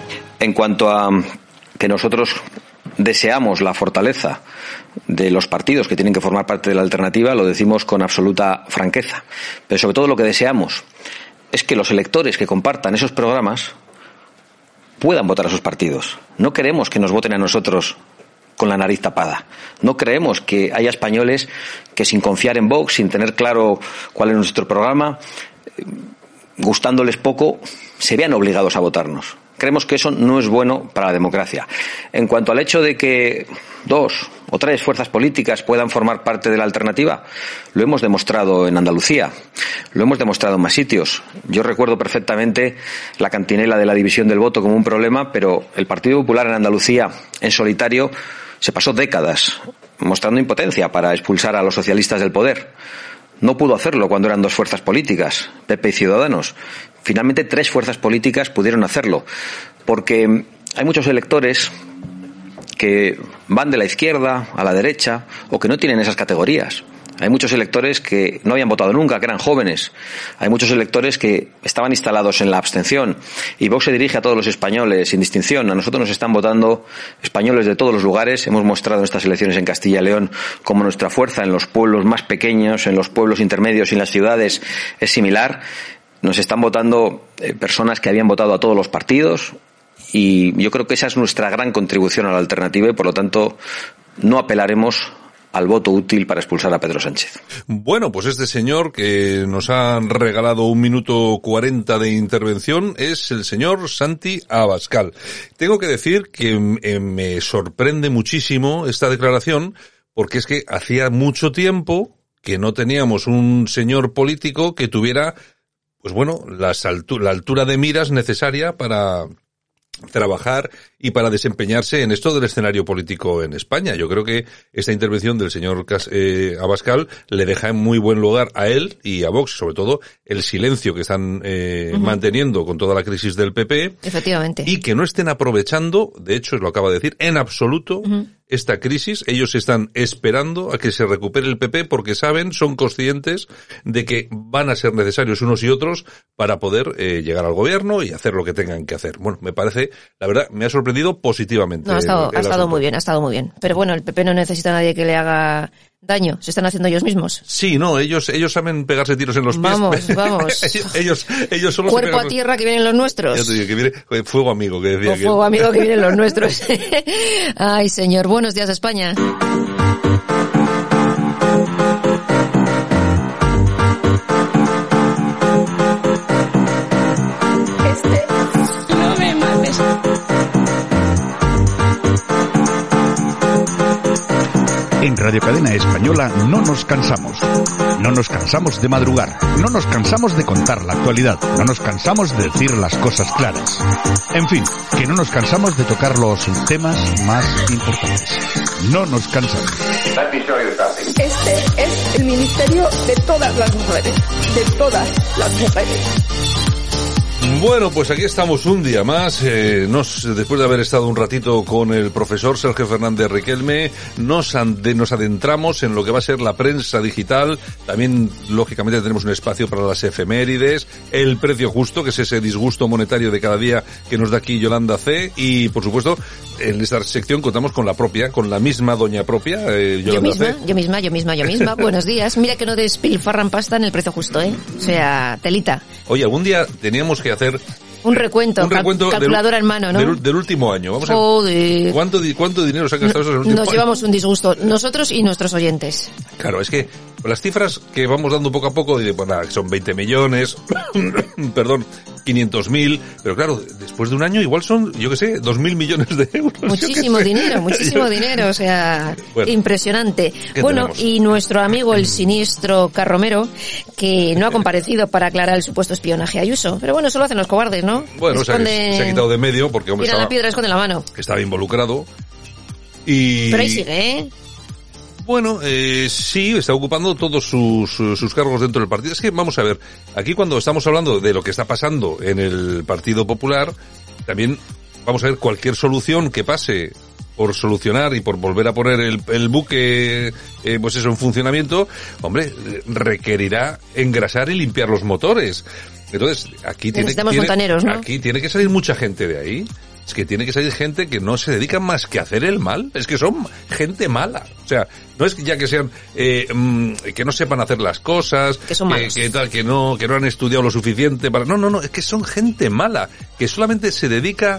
En cuanto a que nosotros deseamos la fortaleza de los partidos que tienen que formar parte de la alternativa, lo decimos con absoluta franqueza. Pero sobre todo lo que deseamos es que los electores que compartan esos programas puedan votar a sus partidos. No queremos que nos voten a nosotros con la nariz tapada. No creemos que haya españoles que sin confiar en Vox, sin tener claro cuál es nuestro programa, gustándoles poco, se vean obligados a votarnos. Creemos que eso no es bueno para la democracia. En cuanto al hecho de que dos o tres fuerzas políticas puedan formar parte de la alternativa, lo hemos demostrado en Andalucía, lo hemos demostrado en más sitios. Yo recuerdo perfectamente la cantinela de la división del voto como un problema, pero el Partido Popular en Andalucía, en solitario, se pasó décadas mostrando impotencia para expulsar a los socialistas del poder. No pudo hacerlo cuando eran dos fuerzas políticas, P P y Ciudadanos. Finalmente tres fuerzas políticas pudieron hacerlo, porque hay muchos electores que van de la izquierda a la derecha o que no tienen esas categorías. Hay muchos electores que no habían votado nunca, que eran jóvenes. Hay muchos electores que estaban instalados en la abstención. Y Vox se dirige a todos los españoles sin distinción. A nosotros nos están votando españoles de todos los lugares. Hemos mostrado en estas elecciones en Castilla y León cómo nuestra fuerza en los pueblos más pequeños, en los pueblos intermedios y en las ciudades es similar. Nos están votando eh, personas que habían votado a todos los partidos. Y yo creo que esa es nuestra gran contribución a la alternativa y, por lo tanto, no apelaremos al voto útil para expulsar a Pedro Sánchez. Bueno, pues este señor que nos ha regalado un minuto cuarenta de intervención es el señor Santi Abascal. Tengo que decir que eh, me sorprende muchísimo esta declaración, porque es que hacía mucho tiempo que no teníamos un señor político que tuviera, pues bueno, las altu- la altura de miras necesaria para trabajar y para desempeñarse en esto del escenario político en España. Yo creo que esta intervención del señor eh, Abascal le deja en muy buen lugar a él y a Vox, sobre todo el silencio que están eh, uh-huh. manteniendo con toda la crisis del P P. Efectivamente. Y que no estén aprovechando, de hecho, lo acaba de decir, en absoluto uh-huh. esta crisis. Ellos están esperando a que se recupere el P P porque saben, son conscientes de que van a ser necesarios unos y otros para poder eh, llegar al gobierno y hacer lo que tengan que hacer. Bueno, me parece, la verdad, me ha sorprendido positivamente. No, ha estado, el, el ha estado muy bien, ha estado muy bien. Pero bueno, el P P no necesita a nadie que le haga daño. Se están haciendo ellos mismos. Sí, no, ellos ellos saben pegarse tiros en los pies. Vamos, vamos. ellos, ellos solo Cuerpo se pegan a tierra que vienen los nuestros. Ya te digo, que viene fuego amigo, que decía. O fuego que... amigo que vienen los nuestros. Ay, señor. Buenos días, España. En Radio Cadena Española no nos cansamos. No nos cansamos de madrugar. No nos cansamos de contar la actualidad. No nos cansamos de decir las cosas claras. En fin, que no nos cansamos de tocar los temas más importantes. No nos cansamos. Este es el ministerio de todas las mujeres. De todas las mujeres. Bueno, pues aquí estamos un día más, eh, nos, después de haber estado un ratito con el profesor Sergio Fernández Riquelme, nos, ande, nos adentramos en lo que va a ser la prensa digital, también lógicamente tenemos un espacio para las efemérides, el precio justo, que es ese disgusto monetario de cada día que nos da aquí Yolanda C, y por supuesto en esta sección contamos con la propia, con la misma doña propia, eh, Yolanda yo misma, C. Yo misma, yo misma, yo misma, buenos días, mira que no despilfarran pasta en el precio justo, ¿eh? O sea, telita. Oye, algún día teníamos que hacer un recuento, un recuento cal- calculadora del, en mano, ¿no? Del, del último año. Vamos Joder. a ver, ¿cuánto, ¿cuánto dinero se han gastado en el último Nos año? llevamos un disgusto, nosotros y nuestros oyentes. Claro, es que las cifras que vamos dando poco a poco, pues nada, son veinte millones, perdón, quinientos mil, pero claro, después de un año igual son, yo qué sé, dos mil millones de euros. Muchísimo dinero, muchísimo dinero, o sea, bueno, impresionante. Bueno, tenemos? Y nuestro amigo el siniestro Carromero, que no ha comparecido para aclarar el supuesto espionaje a Ayuso, pero bueno, eso lo hacen los cobardes, ¿no? Bueno, esconde... o sea, se ha quitado de medio porque, hombre, estaba, la piedra, esconde la mano. Estaba involucrado y... Pero ahí sigue, ¿eh? Bueno, eh, sí, está ocupando todos sus, sus cargos dentro del partido. Es que, vamos a ver, aquí cuando estamos hablando de lo que está pasando en el Partido Popular, también vamos a ver cualquier solución que pase por solucionar y por volver a poner el, el buque, eh, pues eso, en funcionamiento, hombre, requerirá engrasar y limpiar los motores. Entonces, aquí tiene, Necesitamos tiene, montaneros, ¿no? aquí tiene que salir mucha gente de ahí. Es que tiene que salir gente que no se dedica más que a hacer el mal. Es que son gente mala. O sea, no es ya que sean, eh, mmm, que no sepan hacer las cosas, que son malos, que, que tal, que no, que no han estudiado lo suficiente para, no, no, no, es que son gente mala, que solamente se dedica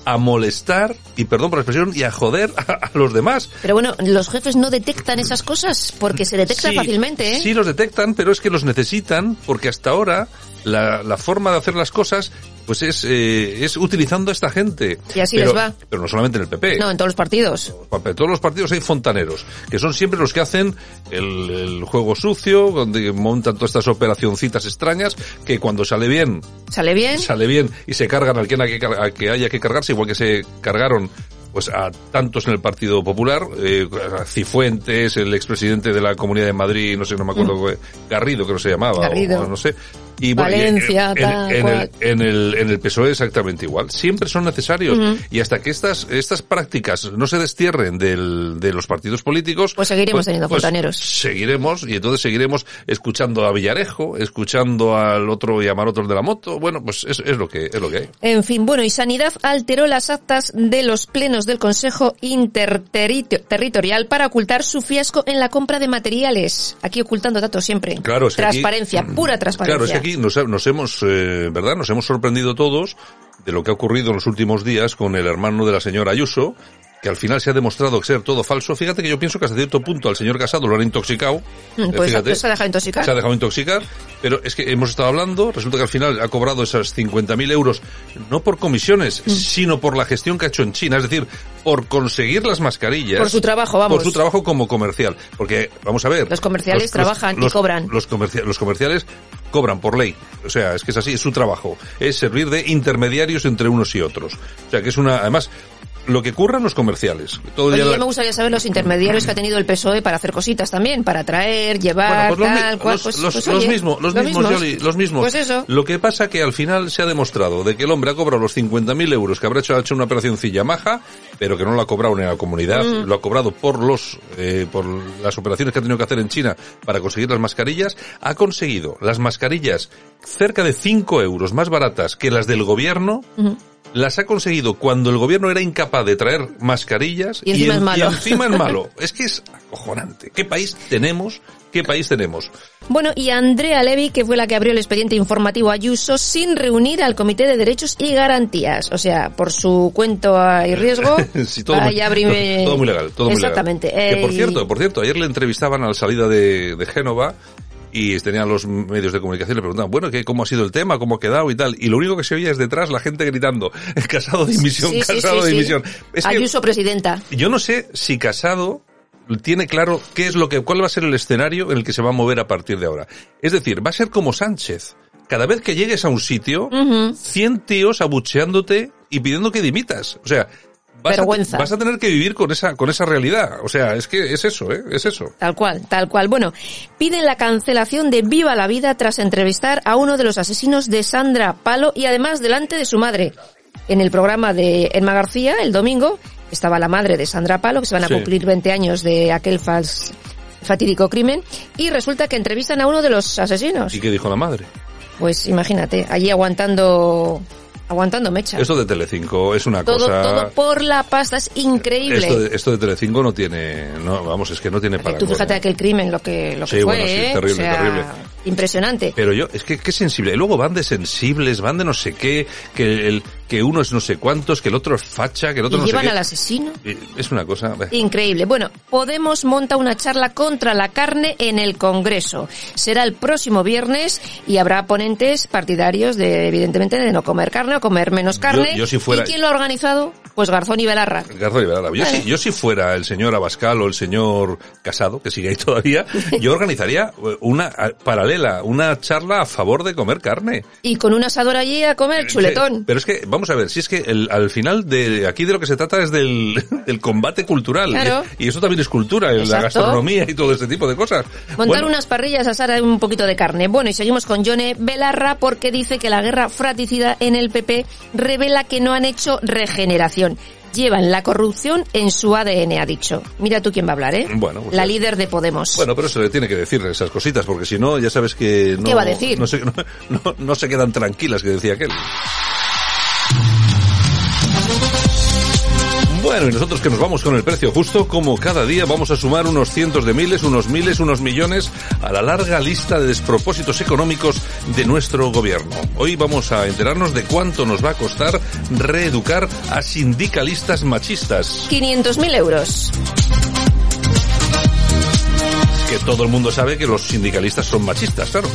a molestar, y perdón por la expresión, y a joder a, a los demás. Pero bueno, los jefes no detectan esas cosas, porque se detectan sí, fácilmente, ¿eh? Sí, los detectan, pero es que los necesitan, porque hasta ahora la, la forma de hacer las cosas pues es eh, es utilizando a esta gente. Y así pero, les va. Pero no solamente en el P P. No, en todos los partidos. En todos los partidos hay fontaneros, que son siempre los que hacen el, el juego sucio, donde montan todas estas operacioncitas extrañas, que cuando sale bien... ¿Sale bien? Sale bien, y se cargan al que, al que haya que cargarse, igual que se cargaron pues a tantos en el Partido Popular, eh, a Cifuentes, el expresidente de la Comunidad de Madrid, no sé, no me acuerdo, mm. Garrido creo que se llamaba, Garrido. O, no sé. Y, Valencia, bueno, tal, en, en, el, en, el, en el P S O E exactamente igual. Siempre son necesarios. Uh-huh. Y hasta que estas estas prácticas no se destierren del, de los partidos políticos... Pues seguiremos pues, teniendo pues fontaneros. Seguiremos, y entonces seguiremos escuchando a Villarejo, escuchando al otro y a Maroto de la moto. Bueno, pues es, es lo que es lo que hay. En fin, bueno, y Sanidad alteró las actas de los plenos del Consejo Interterritorial para ocultar su fiasco en la compra de materiales. Aquí ocultando datos siempre. Claro, es que transparencia, aquí, pura transparencia. Claro, es que aquí nos, nos hemos, eh, ¿verdad? Nos hemos sorprendido todos de lo que ha ocurrido en los últimos días con el hermano de la señora Ayuso, que al final se ha demostrado ser todo falso. Fíjate que yo pienso que hasta cierto punto al señor Casado lo han intoxicado. Pues Fíjate, se ha dejado intoxicar. Se ha dejado intoxicar, pero es que hemos estado hablando, resulta que al final ha cobrado esas cincuenta mil euros, no por comisiones, mm. sino por la gestión que ha hecho en China, es decir, por conseguir las mascarillas. Por su trabajo, vamos. Por su trabajo como comercial. Porque, vamos a ver. Los comerciales los, trabajan los, y cobran. Los, comercia los comerciales cobran por ley. O sea, es que es así, es su trabajo. Es servir de intermediarios entre unos y otros. O sea, que es una, además, lo que ocurre en los comerciales. Todo Oye, ya... yo me gustaría saber los intermediarios que ha tenido el P S O E para hacer cositas también, para traer, llevar, bueno, pues tal, los, cual, los, pues, los, pues, los oye, mismos, los, los mismos, mismos. Yoli, los mismos. Pues eso. Lo que pasa que al final se ha demostrado de que el hombre ha cobrado los cincuenta mil euros, que habrá hecho, ha hecho una operacioncilla maja, pero que no lo ha cobrado en la comunidad, mm. lo ha cobrado por los, eh, por las operaciones que ha tenido que hacer en China para conseguir las mascarillas. Ha conseguido las mascarillas cerca de cinco euros más baratas que las del gobierno. Mm. Las ha conseguido cuando el gobierno era incapaz de traer mascarillas y encima, y en, es, malo. Y encima es malo. Es que es acojonante. ¿Qué país tenemos? ¿Qué país tenemos? Bueno, y Andrea Levy, que fue la que abrió el expediente informativo a Ayuso sin reunir al Comité de Derechos y Garantías. O sea, por su cuento y riesgo, sí, todo, muy, abrime... todo, todo muy legal. Todo Exactamente. Muy legal. Eh, que por cierto, por cierto, ayer le entrevistaban a la salida de, de Génova, y tenían los medios de comunicación y le preguntaban, bueno, ¿qué, ¿cómo ha sido el tema? ¿Cómo ha quedado? Y tal. Y lo único que se oía es detrás la gente gritando, Casado dimisión, sí, Casado sí, sí, dimisión. Sí. Es Ayuso que presidenta. Yo no sé si Casado tiene claro qué es lo que, cuál va a ser el escenario en el que se va a mover a partir de ahora. Es decir, va a ser como Sánchez. Cada vez que llegues a un sitio, uh-huh. cien tíos abucheándote y pidiendo que dimitas. O sea, Vas Vergüenza. A, vas a tener que vivir con esa con esa realidad. O sea, es que es eso, ¿eh? Es eso. Tal cual, tal cual. Bueno, piden la cancelación de Viva la Vida tras entrevistar a uno de los asesinos de Sandra Palo y además delante de su madre. En el programa de Emma García, el domingo, estaba la madre de Sandra Palo, que se van a sí. cumplir veinte años de aquel fals, fatídico crimen, y resulta que entrevistan a uno de los asesinos. ¿Y qué dijo la madre? Pues imagínate, allí aguantando... Aguantando mecha. Esto de Telecinco es una todo, cosa... Todo por la pasta, es increíble. Esto de, esto de Telecinco no tiene... no Vamos, es que no tiene para... Tú fíjate aquel crimen, lo que, lo que sí, fue, bueno, sí, ¿eh? terrible, o sea, terrible. Impresionante. Pero yo, es que qué sensible. Y luego van de sensibles, van de no sé qué, que el que uno es no sé cuántos, que el otro es facha, que el otro y no llevan sé qué. al asesino. Es una cosa... Increíble. Bueno, Podemos monta una charla contra la carne en el Congreso. Será el próximo viernes y habrá ponentes partidarios de, evidentemente, de no comer carne o comer menos carne. Yo, yo si fuera... ¿Y quién lo ha organizado? Pues Garzón y Belarra. Garzón y Belarra. Yo, eh. si, yo si fuera el señor Abascal o el señor Casado, que sigue ahí todavía, yo organizaría una paralela, una charla a favor de comer carne. Y con un asador allí a comer chuletón. Sí, pero es que, vamos a ver, si es que el, al final de aquí de lo que se trata es del, del combate cultural. Claro. Y, y eso también es cultura, en la gastronomía y todo este tipo de cosas. Montar bueno. unas parrillas, asar un poquito de carne. Bueno, y seguimos con Yone Belarra porque dice que la guerra fratricida en el P P revela que no han hecho regeneración. Llevan la corrupción en su A D N, ha dicho. Mira tú quién va a hablar, ¿eh? Bueno, pues la sí. líder de Podemos. Bueno, pero se le tiene que decir esas cositas, porque si no, ya sabes que no... ¿Qué va a decir? No se, no, no, no se quedan tranquilas, que decía aquel. Bueno, y nosotros que nos vamos con el precio justo, como cada día vamos a sumar unos cientos de miles, unos miles, unos millones a la larga lista de despropósitos económicos de nuestro gobierno. Hoy vamos a enterarnos de cuánto nos va a costar reeducar a sindicalistas machistas. quinientos mil euros. Es que todo el mundo sabe que los sindicalistas son machistas, claro.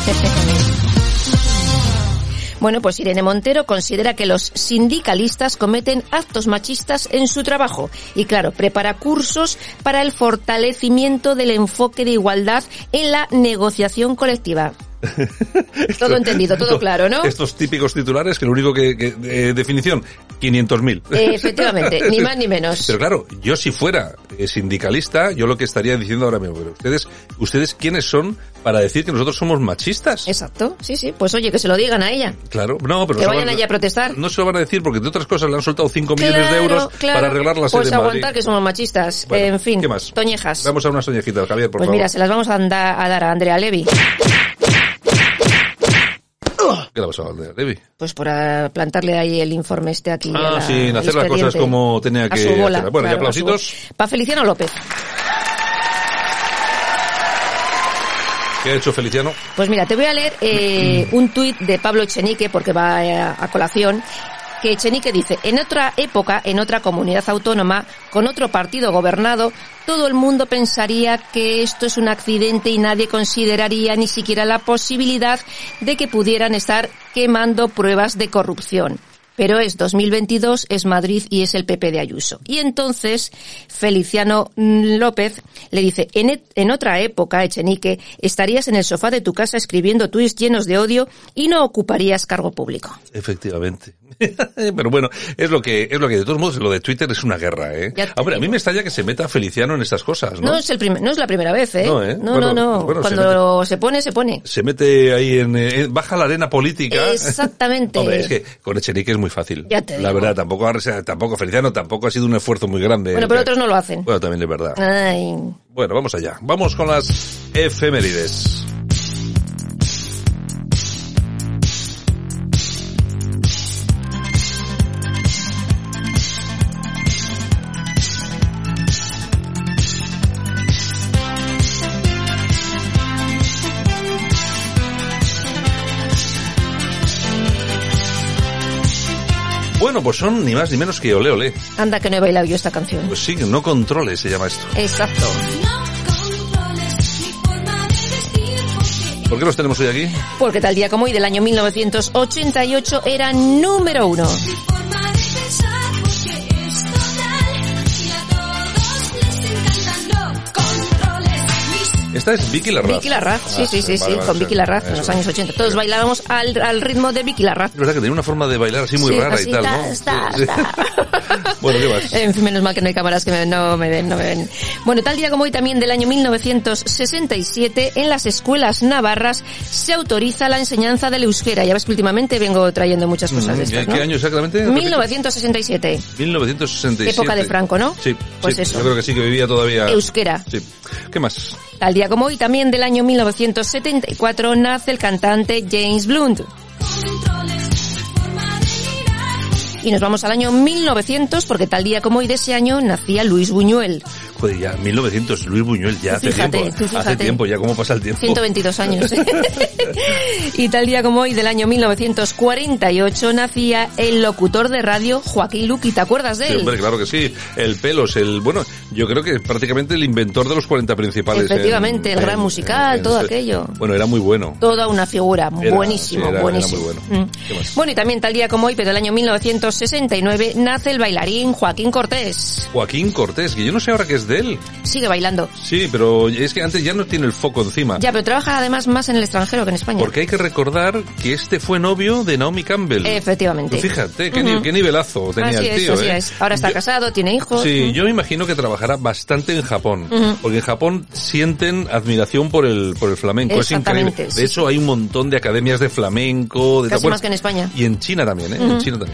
Bueno, pues Irene Montero considera que los sindicalistas cometen actos machistas en su trabajo y, claro, prepara cursos para el fortalecimiento del enfoque de igualdad en la negociación colectiva. Esto, todo entendido, todo claro, ¿no? Estos típicos titulares que lo único que... que eh, definición, quinientos mil. Eh, efectivamente, ni más ni menos. Pero claro, yo si fuera sindicalista, yo lo que estaría diciendo ahora mismo, pero ustedes, ¿ustedes quiénes son para decir que nosotros somos machistas? Exacto, sí, sí. Pues oye, que se lo digan a ella. Claro, no, pero... Que vayan allá a protestar. No se lo van a decir porque de otras cosas le han soltado cinco millones claro, de euros claro. para arreglar la sede pues de Madrid. Pues aguantar que somos machistas. Bueno, en fin, ¿qué más? Toñejas. Vamos a unas toñejitas, Javier, por pues favor. Pues mira, se las vamos a, andar, a dar a Andrea Levy. ¿Qué le ha pasado a Andrea Levy? Pues por plantarle ahí el informe este aquí. Ah, la, sin hacer las cosas como tenía que hacer. Bueno, claro, y aplausitos. Para Feliciano López. ¿Qué ha hecho Feliciano? Pues mira, te voy a leer eh, un tuit de Pablo Echenique, porque va a, a colación, que Echenique dice, en otra época, en otra comunidad autónoma, con otro partido gobernado, todo el mundo pensaría que esto es un accidente y nadie consideraría ni siquiera la posibilidad de que pudieran estar quemando pruebas de corrupción. Pero es dos mil veintidós, es Madrid y es el P P de Ayuso. Y entonces Feliciano López le dice, en, en otra época, Echenique, estarías en el sofá de tu casa escribiendo tuits llenos de odio y no ocuparías cargo público. Efectivamente. Pero bueno, es lo que es lo que de todos modos lo de Twitter es una guerra, ¿eh? Hombre, a mí me extraña que se meta Feliciano en estas cosas, ¿no? No es el primer, no es la primera vez, ¿eh? No, ¿eh? No, bueno, no, no. Bueno, Cuando se, se pone, se pone. Se mete ahí en, en baja la arena política. Exactamente. Hombre, es que con Echenique es muy fácil. Ya te digo. La verdad, tampoco tampoco Feliciano tampoco ha sido un esfuerzo muy grande. Bueno, pero otros no lo hacen. Bueno, también es verdad. Ay. Bueno, vamos allá. Vamos con las efemérides. Bueno, pues son ni más ni menos que Olé Olé. Anda que no he bailado yo esta canción. Pues sí, No Controles se llama esto. Exacto. ¿Por qué los tenemos hoy aquí? Porque tal día como hoy del año mil novecientos ochenta y ocho era número uno. Esta es Vicky Larraz. Vicky Larraz, sí, ah, sí, sí, vale, sí, vale, con sí, Vicky Larraz en los años ochenta. Todos bailábamos al, al ritmo de Vicky Larraz. Es verdad que tenía una forma de bailar así muy sí, rara así y tal, ta, ¿no? Está, sí, está. Sí. Bueno, ¿qué más? En fin, menos mal que no hay cámaras que me, no me ven, no me ven. Bueno, tal día como hoy también del año mil novecientos sesenta y siete, en las escuelas navarras se autoriza la enseñanza del euskera. Ya ves que últimamente vengo trayendo muchas cosas de estas, ¿no? ¿Qué año exactamente? mil novecientos sesenta y siete. mil novecientos sesenta y siete. Época de Franco, ¿no? Sí, pues sí, eso. Yo creo que sí que vivía todavía... Euskera. Sí. ¿Qué más? Tal día como hoy también del año mil novecientos setenta y cuatro nace el cantante James Blunt. Y nos vamos al año mil novecientos porque tal día como hoy de ese año nacía Luis Buñuel. Joder, ya, mil novecientos, Luis Buñuel, ya hace fíjate, tiempo. tú fíjate. Hace tiempo, ya cómo pasa el tiempo. ciento veintidós años. Y tal día como hoy del año mil novecientos cuarenta y ocho nacía el locutor de radio Joaquín Luqui. ¿Te acuerdas de él? Sí, hombre, claro que sí. El Pelos, el, bueno, yo creo que prácticamente el inventor de los cuarenta principales. Efectivamente, en, el gran en, musical, en, todo en, aquello. Bueno, era muy bueno. Toda una figura, era, buenísimo, sí, era, buenísimo. Era muy bueno. Mm. Bueno, y también tal día como hoy, pero del año mil novecientos sesenta y nueve, nace el bailarín Joaquín Cortés. Joaquín Cortés, que yo no sé ahora qué es de él. Sigue bailando. Sí, pero es que antes ya no tiene el foco encima. Ya, pero trabaja además más en el extranjero que en España. Porque hay que recordar que este fue novio de Naomi Campbell. Efectivamente. Pues fíjate, qué, uh-huh. qué nivelazo tenía así el tío, es, así ¿eh? es. Ahora está yo, casado, tiene hijos. Sí, uh-huh. yo me imagino que trabajará bastante en Japón. Uh-huh. Porque en Japón sienten admiración por el por el flamenco. Es increíble. Sí, de hecho, hay un montón de academias de flamenco. De Casi bueno, más que en España. Y en China también, ¿eh? Uh-huh. En China también. Así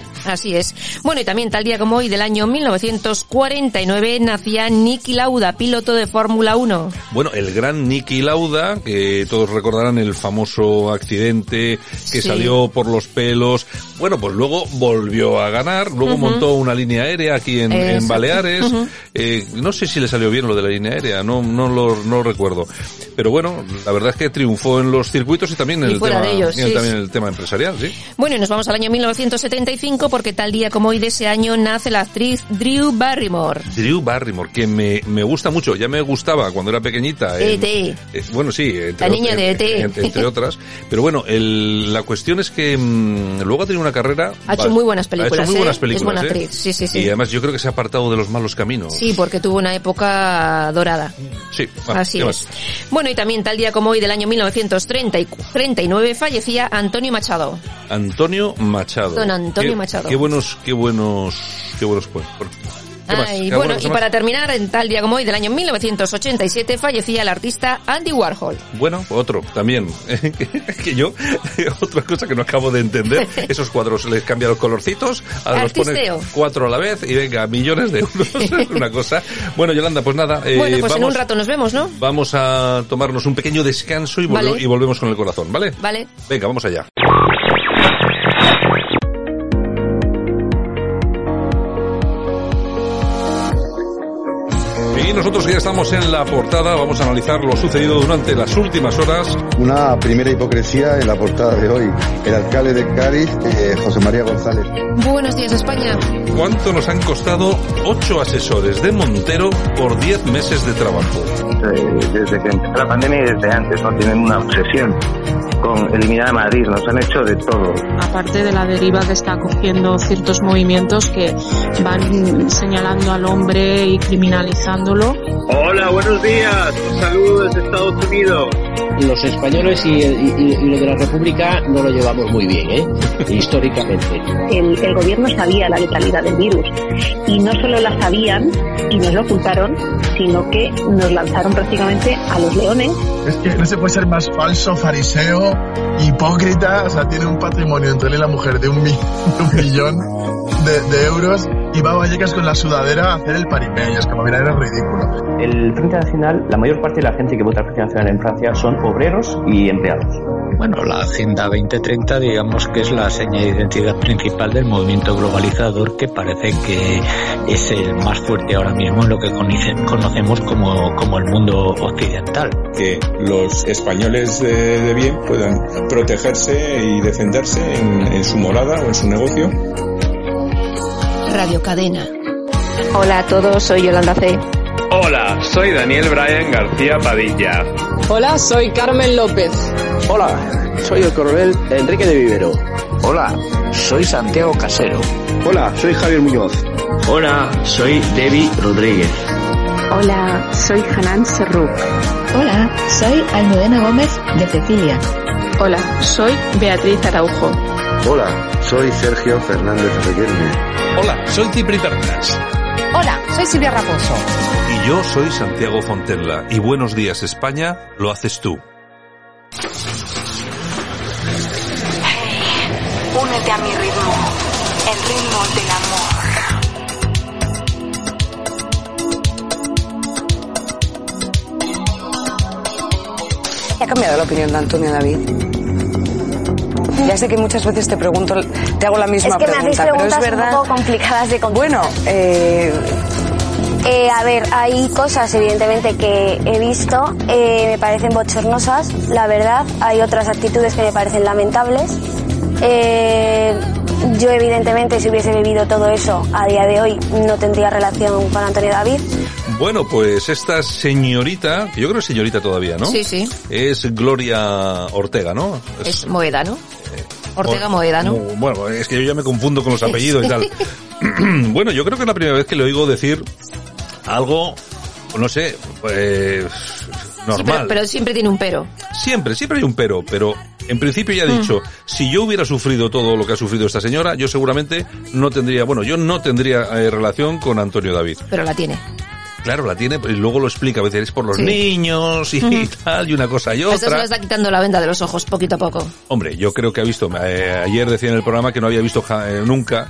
Así es. Bueno, y también tal día como hoy del año mil novecientos cuarenta y nueve nacía Niki Lauda, piloto de Fórmula uno. Bueno, el gran Niki Lauda, que todos recordarán el famoso accidente que sí. salió por los pelos. Bueno, pues luego volvió a ganar, luego uh-huh. montó una línea aérea aquí en, en Baleares. Uh-huh. eh, no sé si le salió bien lo de la línea aérea, no no lo, no lo recuerdo. Pero bueno, la verdad es que triunfó en los circuitos y también en, y el, tema, de ellos, sí, también sí. el tema empresarial, ¿sí? Bueno, y nos vamos al año mil novecientos setenta y cinco porque tal día como hoy de ese año nace la actriz Drew Barrymore. Drew Barrymore, que me, me gusta mucho, ya me gustaba cuando era pequeñita. E T Eh, bueno, sí. Entre, la niña de E T Entre, entre otras. Pero bueno, el, la cuestión es que mmm, luego ha tenido una carrera... Ha hecho muy buenas películas, ha hecho muy buenas ¿eh? películas, Es buena ¿eh? actriz, sí, sí, sí. Y además yo creo que se ha apartado de los malos caminos. Sí, porque tuvo una época dorada. Sí. Va, así es. Más? Bueno, y también tal día como hoy del año mil novecientos treinta y nueve fallecía Antonio Machado. Antonio Machado. Don Antonio qué, Machado. Qué buenos, qué buenos, qué buenos pues. Ah, y bueno, y para terminar, en tal día como hoy del año mil novecientos ochenta y siete fallecía el artista Andy Warhol. Bueno, otro también. que yo, otra cosa que no acabo de entender, esos cuadros les cambia los colorcitos, ahora los pone cuatro a la vez y venga, millones de euros. Una cosa. Bueno, Yolanda, pues nada. Eh, bueno, pues vamos, en un rato nos vemos, ¿no? Vamos a tomarnos un pequeño descanso y, volve- vale. y volvemos con el corazón, ¿vale? Vale. Venga, vamos allá. Y nosotros ya estamos en la portada, vamos a analizar lo sucedido durante las últimas horas. Una primera hipocresía en la portada de hoy. El alcalde de Cádiz, eh, José María González. Buenos días, España. ¿Cuánto nos han costado ocho asesores de Montero por diez meses de trabajo? Desde que empezó la pandemia y desde antes, ¿no? Tienen una obsesión con eliminar a Madrid, nos han hecho de todo. Aparte de la deriva que está cogiendo ciertos movimientos que van señalando al hombre y criminalizándolo. Hola, buenos días, saludos desde Estados Unidos. Los españoles y, y, y lo de la República no lo llevamos muy bien, ¿eh? Históricamente. El, el gobierno sabía la letalidad del virus y no solo la sabían y nos lo ocultaron, sino que nos lanzaron prácticamente a los leones. Es que no se puede ser más falso, fariseo, hipócrita, o sea, tiene un patrimonio entre él y la mujer de un, mi, de un millón de, de euros y va a Vallecas con la sudadera a hacer el paripé, y es como, mira, era ridículo. El Frente Nacional, la mayor parte de la gente que vota al Frente Nacional en Francia son obreros y empleados. Bueno, la Agenda veinte treinta digamos que es la seña de identidad principal del movimiento globalizador, que parece que es el más fuerte ahora mismo en lo que conocemos como, como el mundo occidental. Que los españoles de, de bien puedan protegerse y defenderse en, en su morada o en su negocio. Radio Cadena. Hola a todos, soy Yolanda C. Hola, soy Daniel Brian García Padilla. Hola, soy Carmen López. Hola, soy el coronel Enrique de Vivero. Hola, soy Santiago Casero. Hola, soy Javier Muñoz. Hola, soy Debbie Rodríguez. Hola, soy Hanan Serruk. Hola, soy Almudena Gómez de Cecilia. Hola, soy Beatriz Araujo. Hola, soy Sergio Fernández Reguerme. Hola, soy Cipri Pernas. Hola, soy Silvia Raposo. Y yo soy Santiago Fontenla. Y Buenos Días España lo haces tú. Hey, únete a mi ritmo, el ritmo del amor. ¿Ha cambiado la opinión de Antonio David? Ya sé que muchas veces te pregunto, te hago la misma pregunta, es que me hacéis preguntas pero es verdad. Un poco complicadas de contestar. Bueno, eh... Eh, a ver, hay cosas evidentemente que he visto, eh, me parecen bochornosas, la verdad. Hay otras actitudes que me parecen lamentables. Eh, yo evidentemente si hubiese vivido todo eso a día de hoy no tendría relación con Antonio David. Bueno, pues esta señorita, que yo creo que es señorita todavía, ¿no? Sí, sí. Es Gloria Ortega, ¿no? Es, es Moeda, ¿no? Ortega Moeda, ¿no? Bueno, es que yo ya me confundo con los apellidos y tal. Bueno, yo creo que es la primera vez que le oigo decir algo, no sé, pues normal. Sí, pero, pero siempre tiene un pero. Siempre, siempre hay un pero, pero en principio ya he dicho, mm. si yo hubiera sufrido todo lo que ha sufrido esta señora, yo seguramente no tendría, bueno, yo no tendría eh, relación con Antonio David. Pero la tiene. Claro, la tiene, y luego lo explica, a veces es por los sí. niños y uh-huh. tal, y una cosa y otra. Esto se le está quitando la venda de los ojos, poquito a poco. Hombre, yo creo que ha visto, eh, ayer decía en el programa que no había visto ja, eh, nunca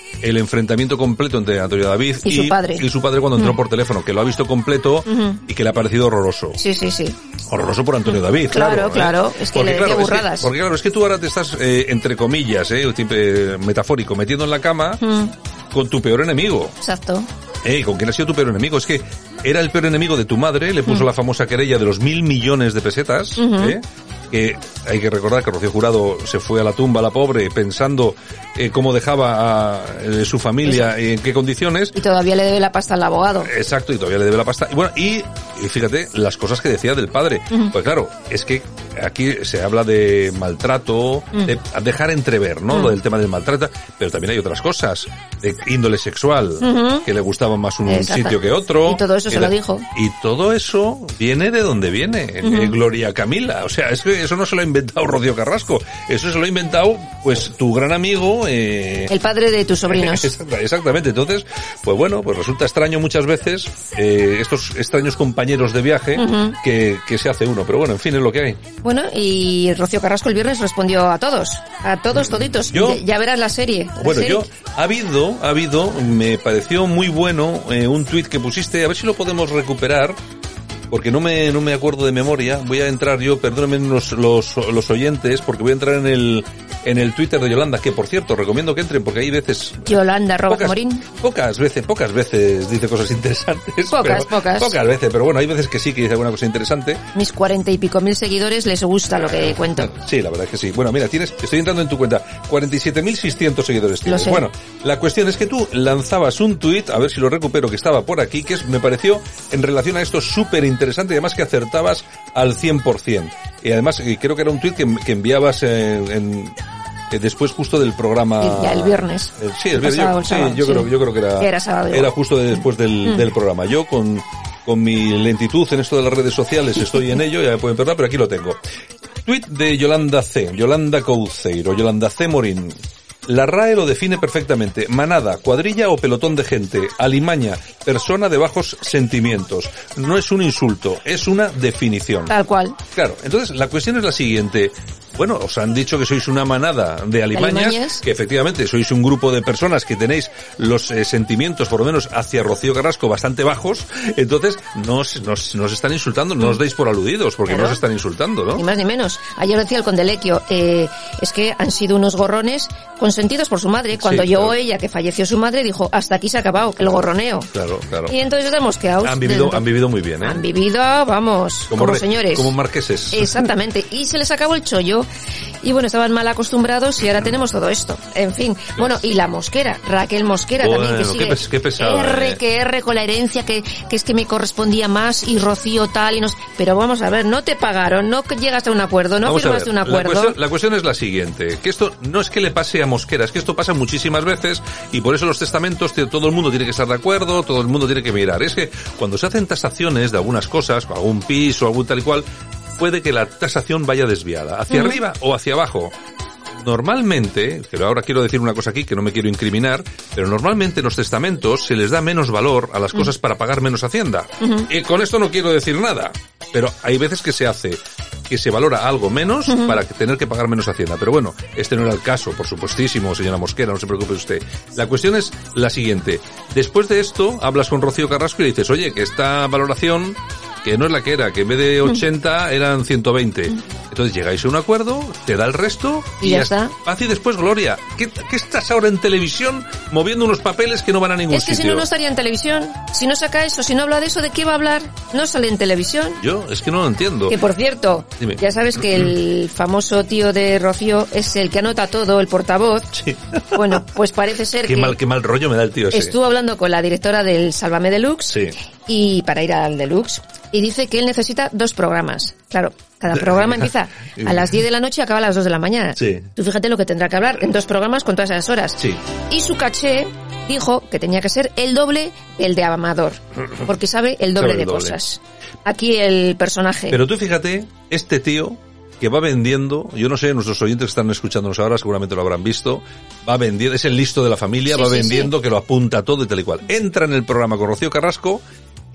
el enfrentamiento completo entre Antonio David y, y su padre. Y su padre cuando entró uh-huh. por teléfono, que lo ha visto completo uh-huh. y que le ha parecido horroroso. Sí, sí, sí. Horroroso por Antonio David, claro. Claro, claro. ¿eh? Es que porque, le decía claro, burradas. Es que, porque claro, es que tú ahora te estás, eh, entre comillas, eh, tipo, eh, metafórico, metiendo en la cama uh-huh. con tu peor enemigo. Exacto. Eh, ¿con quién ha sido tu peor enemigo? Es que era el peor enemigo de tu madre, le puso uh-huh. la famosa querella de los mil millones de pesetas, uh-huh. ¿eh? Que hay que recordar que Rocío Jurado se fue a la tumba, la pobre, pensando eh, cómo dejaba a eh, su familia y en qué condiciones. Y todavía le debe la pasta al abogado. Exacto, y todavía le debe la pasta. Y bueno, y, y fíjate las cosas que decía del padre. Uh-huh. Pues claro, es que aquí se habla de maltrato, uh-huh. de dejar entrever, ¿no? Uh-huh. Lo del tema del maltrato, pero también hay otras cosas, de índole sexual, uh-huh. que le gustaba más un Exacto. sitio que otro. Y todo eso se la, lo dijo. Y todo eso viene de donde viene, uh-huh. eh, Gloria Camila. O sea, es que eso no se lo ha inventado Rocío Carrasco, eso se lo ha inventado pues tu gran amigo eh... el padre de tus sobrinos. Exactamente. Entonces, pues bueno, pues resulta extraño muchas veces eh, estos extraños compañeros de viaje uh-huh. que, que se hace uno, pero bueno, en fin, es lo que hay. Bueno, y Rocío Carrasco el viernes respondió a todos, a todos toditos. Yo, ya, ya verás la serie. La bueno, serie. yo ha habido, ha habido, me pareció muy bueno eh, un tuit que pusiste, a ver si lo podemos recuperar. Porque no me no me acuerdo de memoria. Voy a entrar yo, perdónenme los, los los oyentes, porque voy a entrar en el en el Twitter de Yolanda, que por cierto recomiendo que entren porque hay veces Yolanda Robert Morín. Pocas veces, pocas veces dice cosas interesantes. Pocas, pero, pocas. Pocas veces, pero bueno, hay veces que sí que dice alguna cosa interesante. Mis cuarenta y pico mil seguidores les gusta lo que cuento. Sí, la verdad es que sí. Bueno, mira, tienes, estoy entrando en tu cuenta, cuarenta y siete mil seiscientos seguidores tienes. Lo sé. Bueno, la cuestión es que tú lanzabas un tuit, a ver si lo recupero, que estaba por aquí, que es, me pareció en relación a esto súper interesante y además que acertabas al cien por ciento. Y además creo que era un tuit que, que enviabas en, en eh, después justo del programa. Ya el viernes. Eh, sí, el viernes. Yo, sí, yo sí. creo, yo creo que era. Era sábado. Era justo después del, mm. del programa. Yo con con mi lentitud en esto de las redes sociales estoy en ello, ya me pueden perder, pero aquí lo tengo. Tweet de Yolanda C, Yolanda Couceiro, Yolanda C Morín. La R A E lo define perfectamente. Manada, cuadrilla o pelotón de gente. Alimaña, persona de bajos sentimientos. No es un insulto, es una definición. Tal cual. Claro, entonces la cuestión es la siguiente. Bueno, os han dicho que sois una manada de alimañas, alimañas, que efectivamente sois un grupo de personas que tenéis los eh, sentimientos, por lo menos hacia Rocío Carrasco, bastante bajos, entonces nos, nos, nos están insultando, no os deis por aludidos, porque claro. no os están insultando, ¿no? Ni más ni menos. Ayer decía el Condelequio, eh, es que han sido unos gorrones consentidos por su madre. Cuando sí, llegó claro. ella, que falleció su madre, dijo, hasta aquí se ha acabado, el gorroneo. Claro, claro. Y entonces estamos quedados. Han vivido, han vivido muy bien, ¿eh? Han vivido, vamos, como, como re, señores. Como marqueses. Exactamente. Y se les acabó el chollo. Y bueno, estaban mal acostumbrados y ahora tenemos todo esto. En fin. Dios. Bueno, y la Mosquera, Raquel Mosquera bueno, también, que sigue. Qué, pes- qué pesado, R, eh. que R con la herencia, que, que es que me correspondía más y Rocío tal y nos... Pero vamos a ver, no te pagaron, no llegaste a un acuerdo, no vamos firmaste un acuerdo. La cuestión, la cuestión es la siguiente, que esto no es que le pase a Mosquera, es que esto pasa muchísimas veces y por eso los testamentos todo el mundo tiene que estar de acuerdo, todo el mundo tiene que mirar. Es que cuando se hacen tasaciones de algunas cosas, algún piso, algún tal y cual, puede que la tasación vaya desviada, hacia uh-huh. arriba o hacia abajo. Normalmente, pero ahora quiero decir una cosa aquí que no me quiero incriminar, pero normalmente en los testamentos se les da menos valor a las cosas uh-huh. para pagar menos hacienda. Uh-huh. Y con esto no quiero decir nada, pero hay veces que se hace, que se valora algo menos uh-huh. para tener que pagar menos hacienda. Pero bueno, este no era el caso, por supuestísimo, señora Mosquera, no se preocupe usted. La cuestión es la siguiente. Después de esto, hablas con Rocío Carrasco y le dices, oye, que esta valoración, que no es la que era, que en vez de ochenta eran ciento veinte. Entonces llegáis a un acuerdo, te da el resto y, y ya está. Paz y después gloria. ¿Qué, ¿Qué estás ahora en televisión moviendo unos papeles que no van a ningún sitio? Es que sitio? Si no, no estaría en televisión. Si no saca eso, si no habla de eso, ¿de qué va a hablar? No sale en televisión. Yo, es que no lo entiendo. Que por cierto, Dime. ya sabes que el famoso tío de Rocío es el que anota todo, el portavoz. Sí. Bueno, pues parece ser qué que... Mal, qué mal rollo me da el tío ese. Estuvo hablando con la directora del Sálvame Deluxe. Sí. Y para ir al Deluxe. Y dice que él necesita dos programas. Claro, cada programa empieza a las diez de la noche y acaba a las dos de la mañana. Sí. Tú fíjate lo que tendrá que hablar en dos programas con todas esas horas. Sí. Y su caché dijo que tenía que ser el doble del de Amador, porque sabe el doble de doble. cosas. Aquí el personaje. Pero tú fíjate, este tío que va vendiendo, yo no sé, nuestros oyentes que están escuchándonos ahora seguramente lo habrán visto, va vendiendo, es el listo de la familia, sí, va sí, vendiendo, sí. que lo apunta todo y tal y cual. Entra en el programa con Rocío Carrasco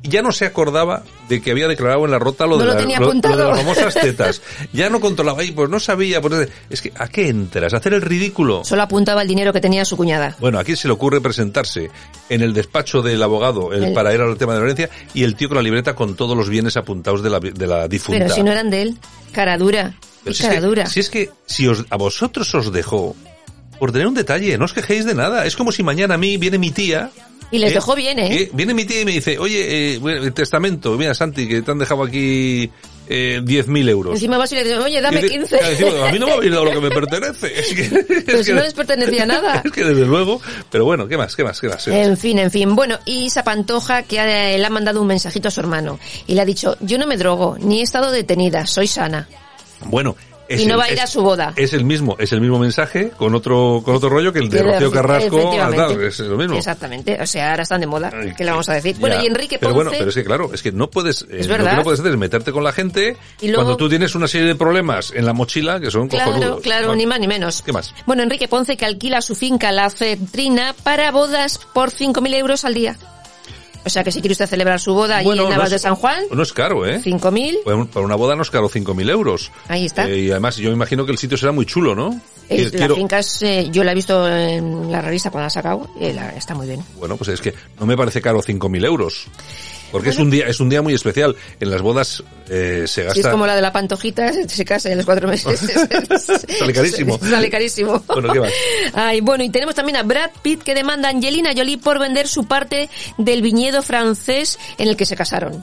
y ya no se acordaba de que había declarado en la rota lo, no de, lo, la, tenía lo, lo de las famosas tetas. Ya no controlaba ahí, pues no sabía. Pues, es que, ¿a qué entras? ¿A hacer el ridículo? Solo apuntaba el dinero que tenía su cuñada. Bueno, aquí se le ocurre presentarse en el despacho del abogado el, el... para ir al tema de la herencia y el tío con la libreta con todos los bienes apuntados de la, de la difunta. Pero si no eran de él, cara dura. Pero y si, cara es que, dura. si es que si os, a vosotros os dejó por tener un detalle, no os quejéis de nada. Es como si mañana a mí viene mi tía... Y les ¿Eh? dejó bien, ¿eh? ¿Eh? Viene mi tía y me dice, oye, eh, el testamento, mira, Santi, que te han dejado aquí eh, diez mil euros. Encima vas y le dices, oye, dame dice, quince. Decimos, a mí no me habéis dado lo que me pertenece. Es que, Pero es si que, no les pertenecía nada. Es que desde luego, pero bueno, ¿qué más? ¿Qué más? ¿Qué más? En fin, en fin. Bueno, y Isa Pantoja, que ha, le ha mandado un mensajito a su hermano. Y le ha dicho, yo no me drogo, ni he estado detenida, soy sana. Bueno... Es y no el, va a ir es, a su boda. Es el mismo, es el mismo mensaje con otro con otro rollo que el de Rocío Carrasco. Tal, es lo mismo. Exactamente, o sea, ahora están de moda. ¿Qué le vamos a decir? Ya. Bueno, y Enrique Ponce. Pero bueno, pero es que claro, es que no puedes, es eh, verdad. lo que no puedes hacer es meterte con la gente y luego, cuando tú tienes una serie de problemas en la mochila que son claro, cojonudos. Claro, bueno, ni más ni menos. ¿Qué más? Bueno, Enrique Ponce que alquila su finca La Cetrina para bodas por cinco mil euros al día. O sea que si quiere usted celebrar su boda allí bueno, en Navas no es, de San Juan... No es caro, ¿eh? ¿Cinco mil? Para una boda no es caro cinco mil euros. Ahí está. Eh, y además yo me imagino que el sitio será muy chulo, ¿no? Es, la Quiero... finca es... Eh, yo la he visto en la revista cuando la ha sacado y la, está muy bien. Bueno, pues es que no me parece caro cinco mil euros. Porque bueno. es un día es un día muy especial. En las bodas eh, se gasta... Si es como la de la Pantojita, se casa en los cuatro meses. Sale carísimo. Sale carísimo. Bueno, ¿qué más? Ay, bueno, y tenemos también a Brad Pitt que demanda a Angelina Jolie por vender su parte del viñedo francés en el que se casaron.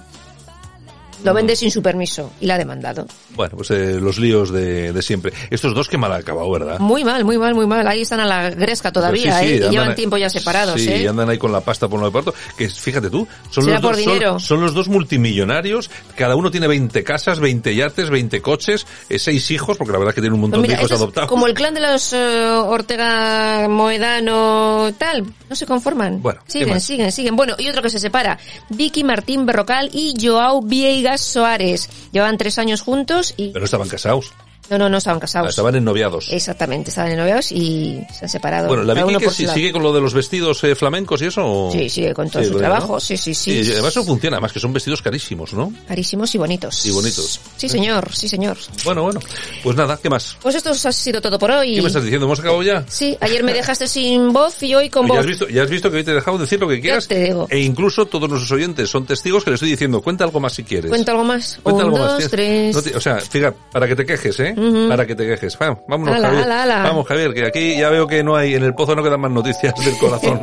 Lo vende sin su permiso y la ha demandado. Bueno, pues eh, los líos de, de siempre. Estos dos que mal han acabado, ¿verdad? Muy mal, muy mal, muy mal. Ahí están a la gresca todavía, sí, sí, ¿eh? Y llevan tiempo ya separados, sí, ¿eh? Sí, y andan ahí con la pasta por lo de parto. Que fíjate tú, son ¿será los, por dos, dinero? Son, son los dos multimillonarios. Cada uno tiene veinte casas, veinte yates, veinte coches, eh, seis hijos, porque la verdad es que tiene un montón pues mira, de hijos adoptados. Como el clan de los uh, Ortega Moedano, tal. No se conforman. Bueno, siguen, siguen, siguen. Bueno, y otro que se separa. Vicky Martín Berrocal y Joao Viegas Soares. Llevaban tres años juntos y... Pero no estaban casados. No, no, no estaban casados. Ah, estaban ennoviados. Exactamente, estaban ennoviados y se han separado. Bueno, ¿la Vicky que si, sigue con lo de los vestidos eh, flamencos y eso? ¿O? Sí, sigue con todo sí, su bueno, trabajo, ¿no? sí, sí, sí. Y además eso funciona, además que son vestidos carísimos, ¿no? Carísimos y bonitos. Y bonitos. Sí, señor, sí, señor. Bueno, bueno, pues nada, ¿qué más? Pues esto ha sido todo por hoy. ¿Qué me estás diciendo? ¿Hemos acabado ya? Sí, ayer me dejaste sin voz y hoy con voz. Ya has visto, ya has visto que hoy te he dejado decir lo que quieras. Ya te digo. E incluso todos nuestros oyentes son testigos que le estoy diciendo, cuenta algo más si quieres. Cuenta algo más. Cuenta Un, algo dos, más. tres. No te, o sea, fíjate, para que te quejes, ¿eh? Uh-huh. Para que te quejes. Vamos, vámonos, ala, Javier. Ala, ala. Vamos, Javier, que aquí ya veo que no hay, en el pozo no quedan más noticias del corazón.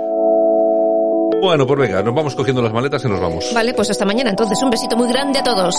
Bueno, pues venga, nos vamos cogiendo las maletas y nos vamos. Vale, pues hasta mañana. Entonces, un besito muy grande a todos.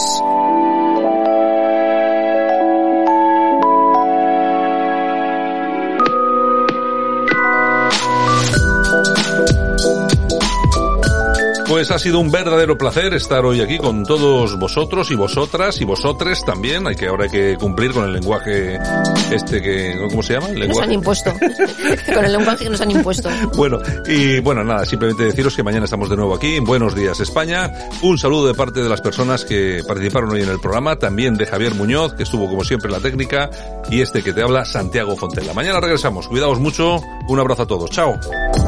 Pues ha sido un verdadero placer estar hoy aquí con todos vosotros y vosotras y vosotres también. Hay que ahora hay que cumplir con el lenguaje este que ¿cómo se llama? El lenguaje. Nos han impuesto. Con el lenguaje que nos han impuesto. Bueno, y bueno, nada, simplemente deciros que mañana estamos de nuevo aquí en Buenos Días España. Un saludo de parte de las personas que participaron hoy en el programa, también de Javier Muñoz, que estuvo como siempre en la técnica, y este que te habla, Santiago Fontella. Mañana regresamos. Cuidaos mucho. Un abrazo a todos. Chao.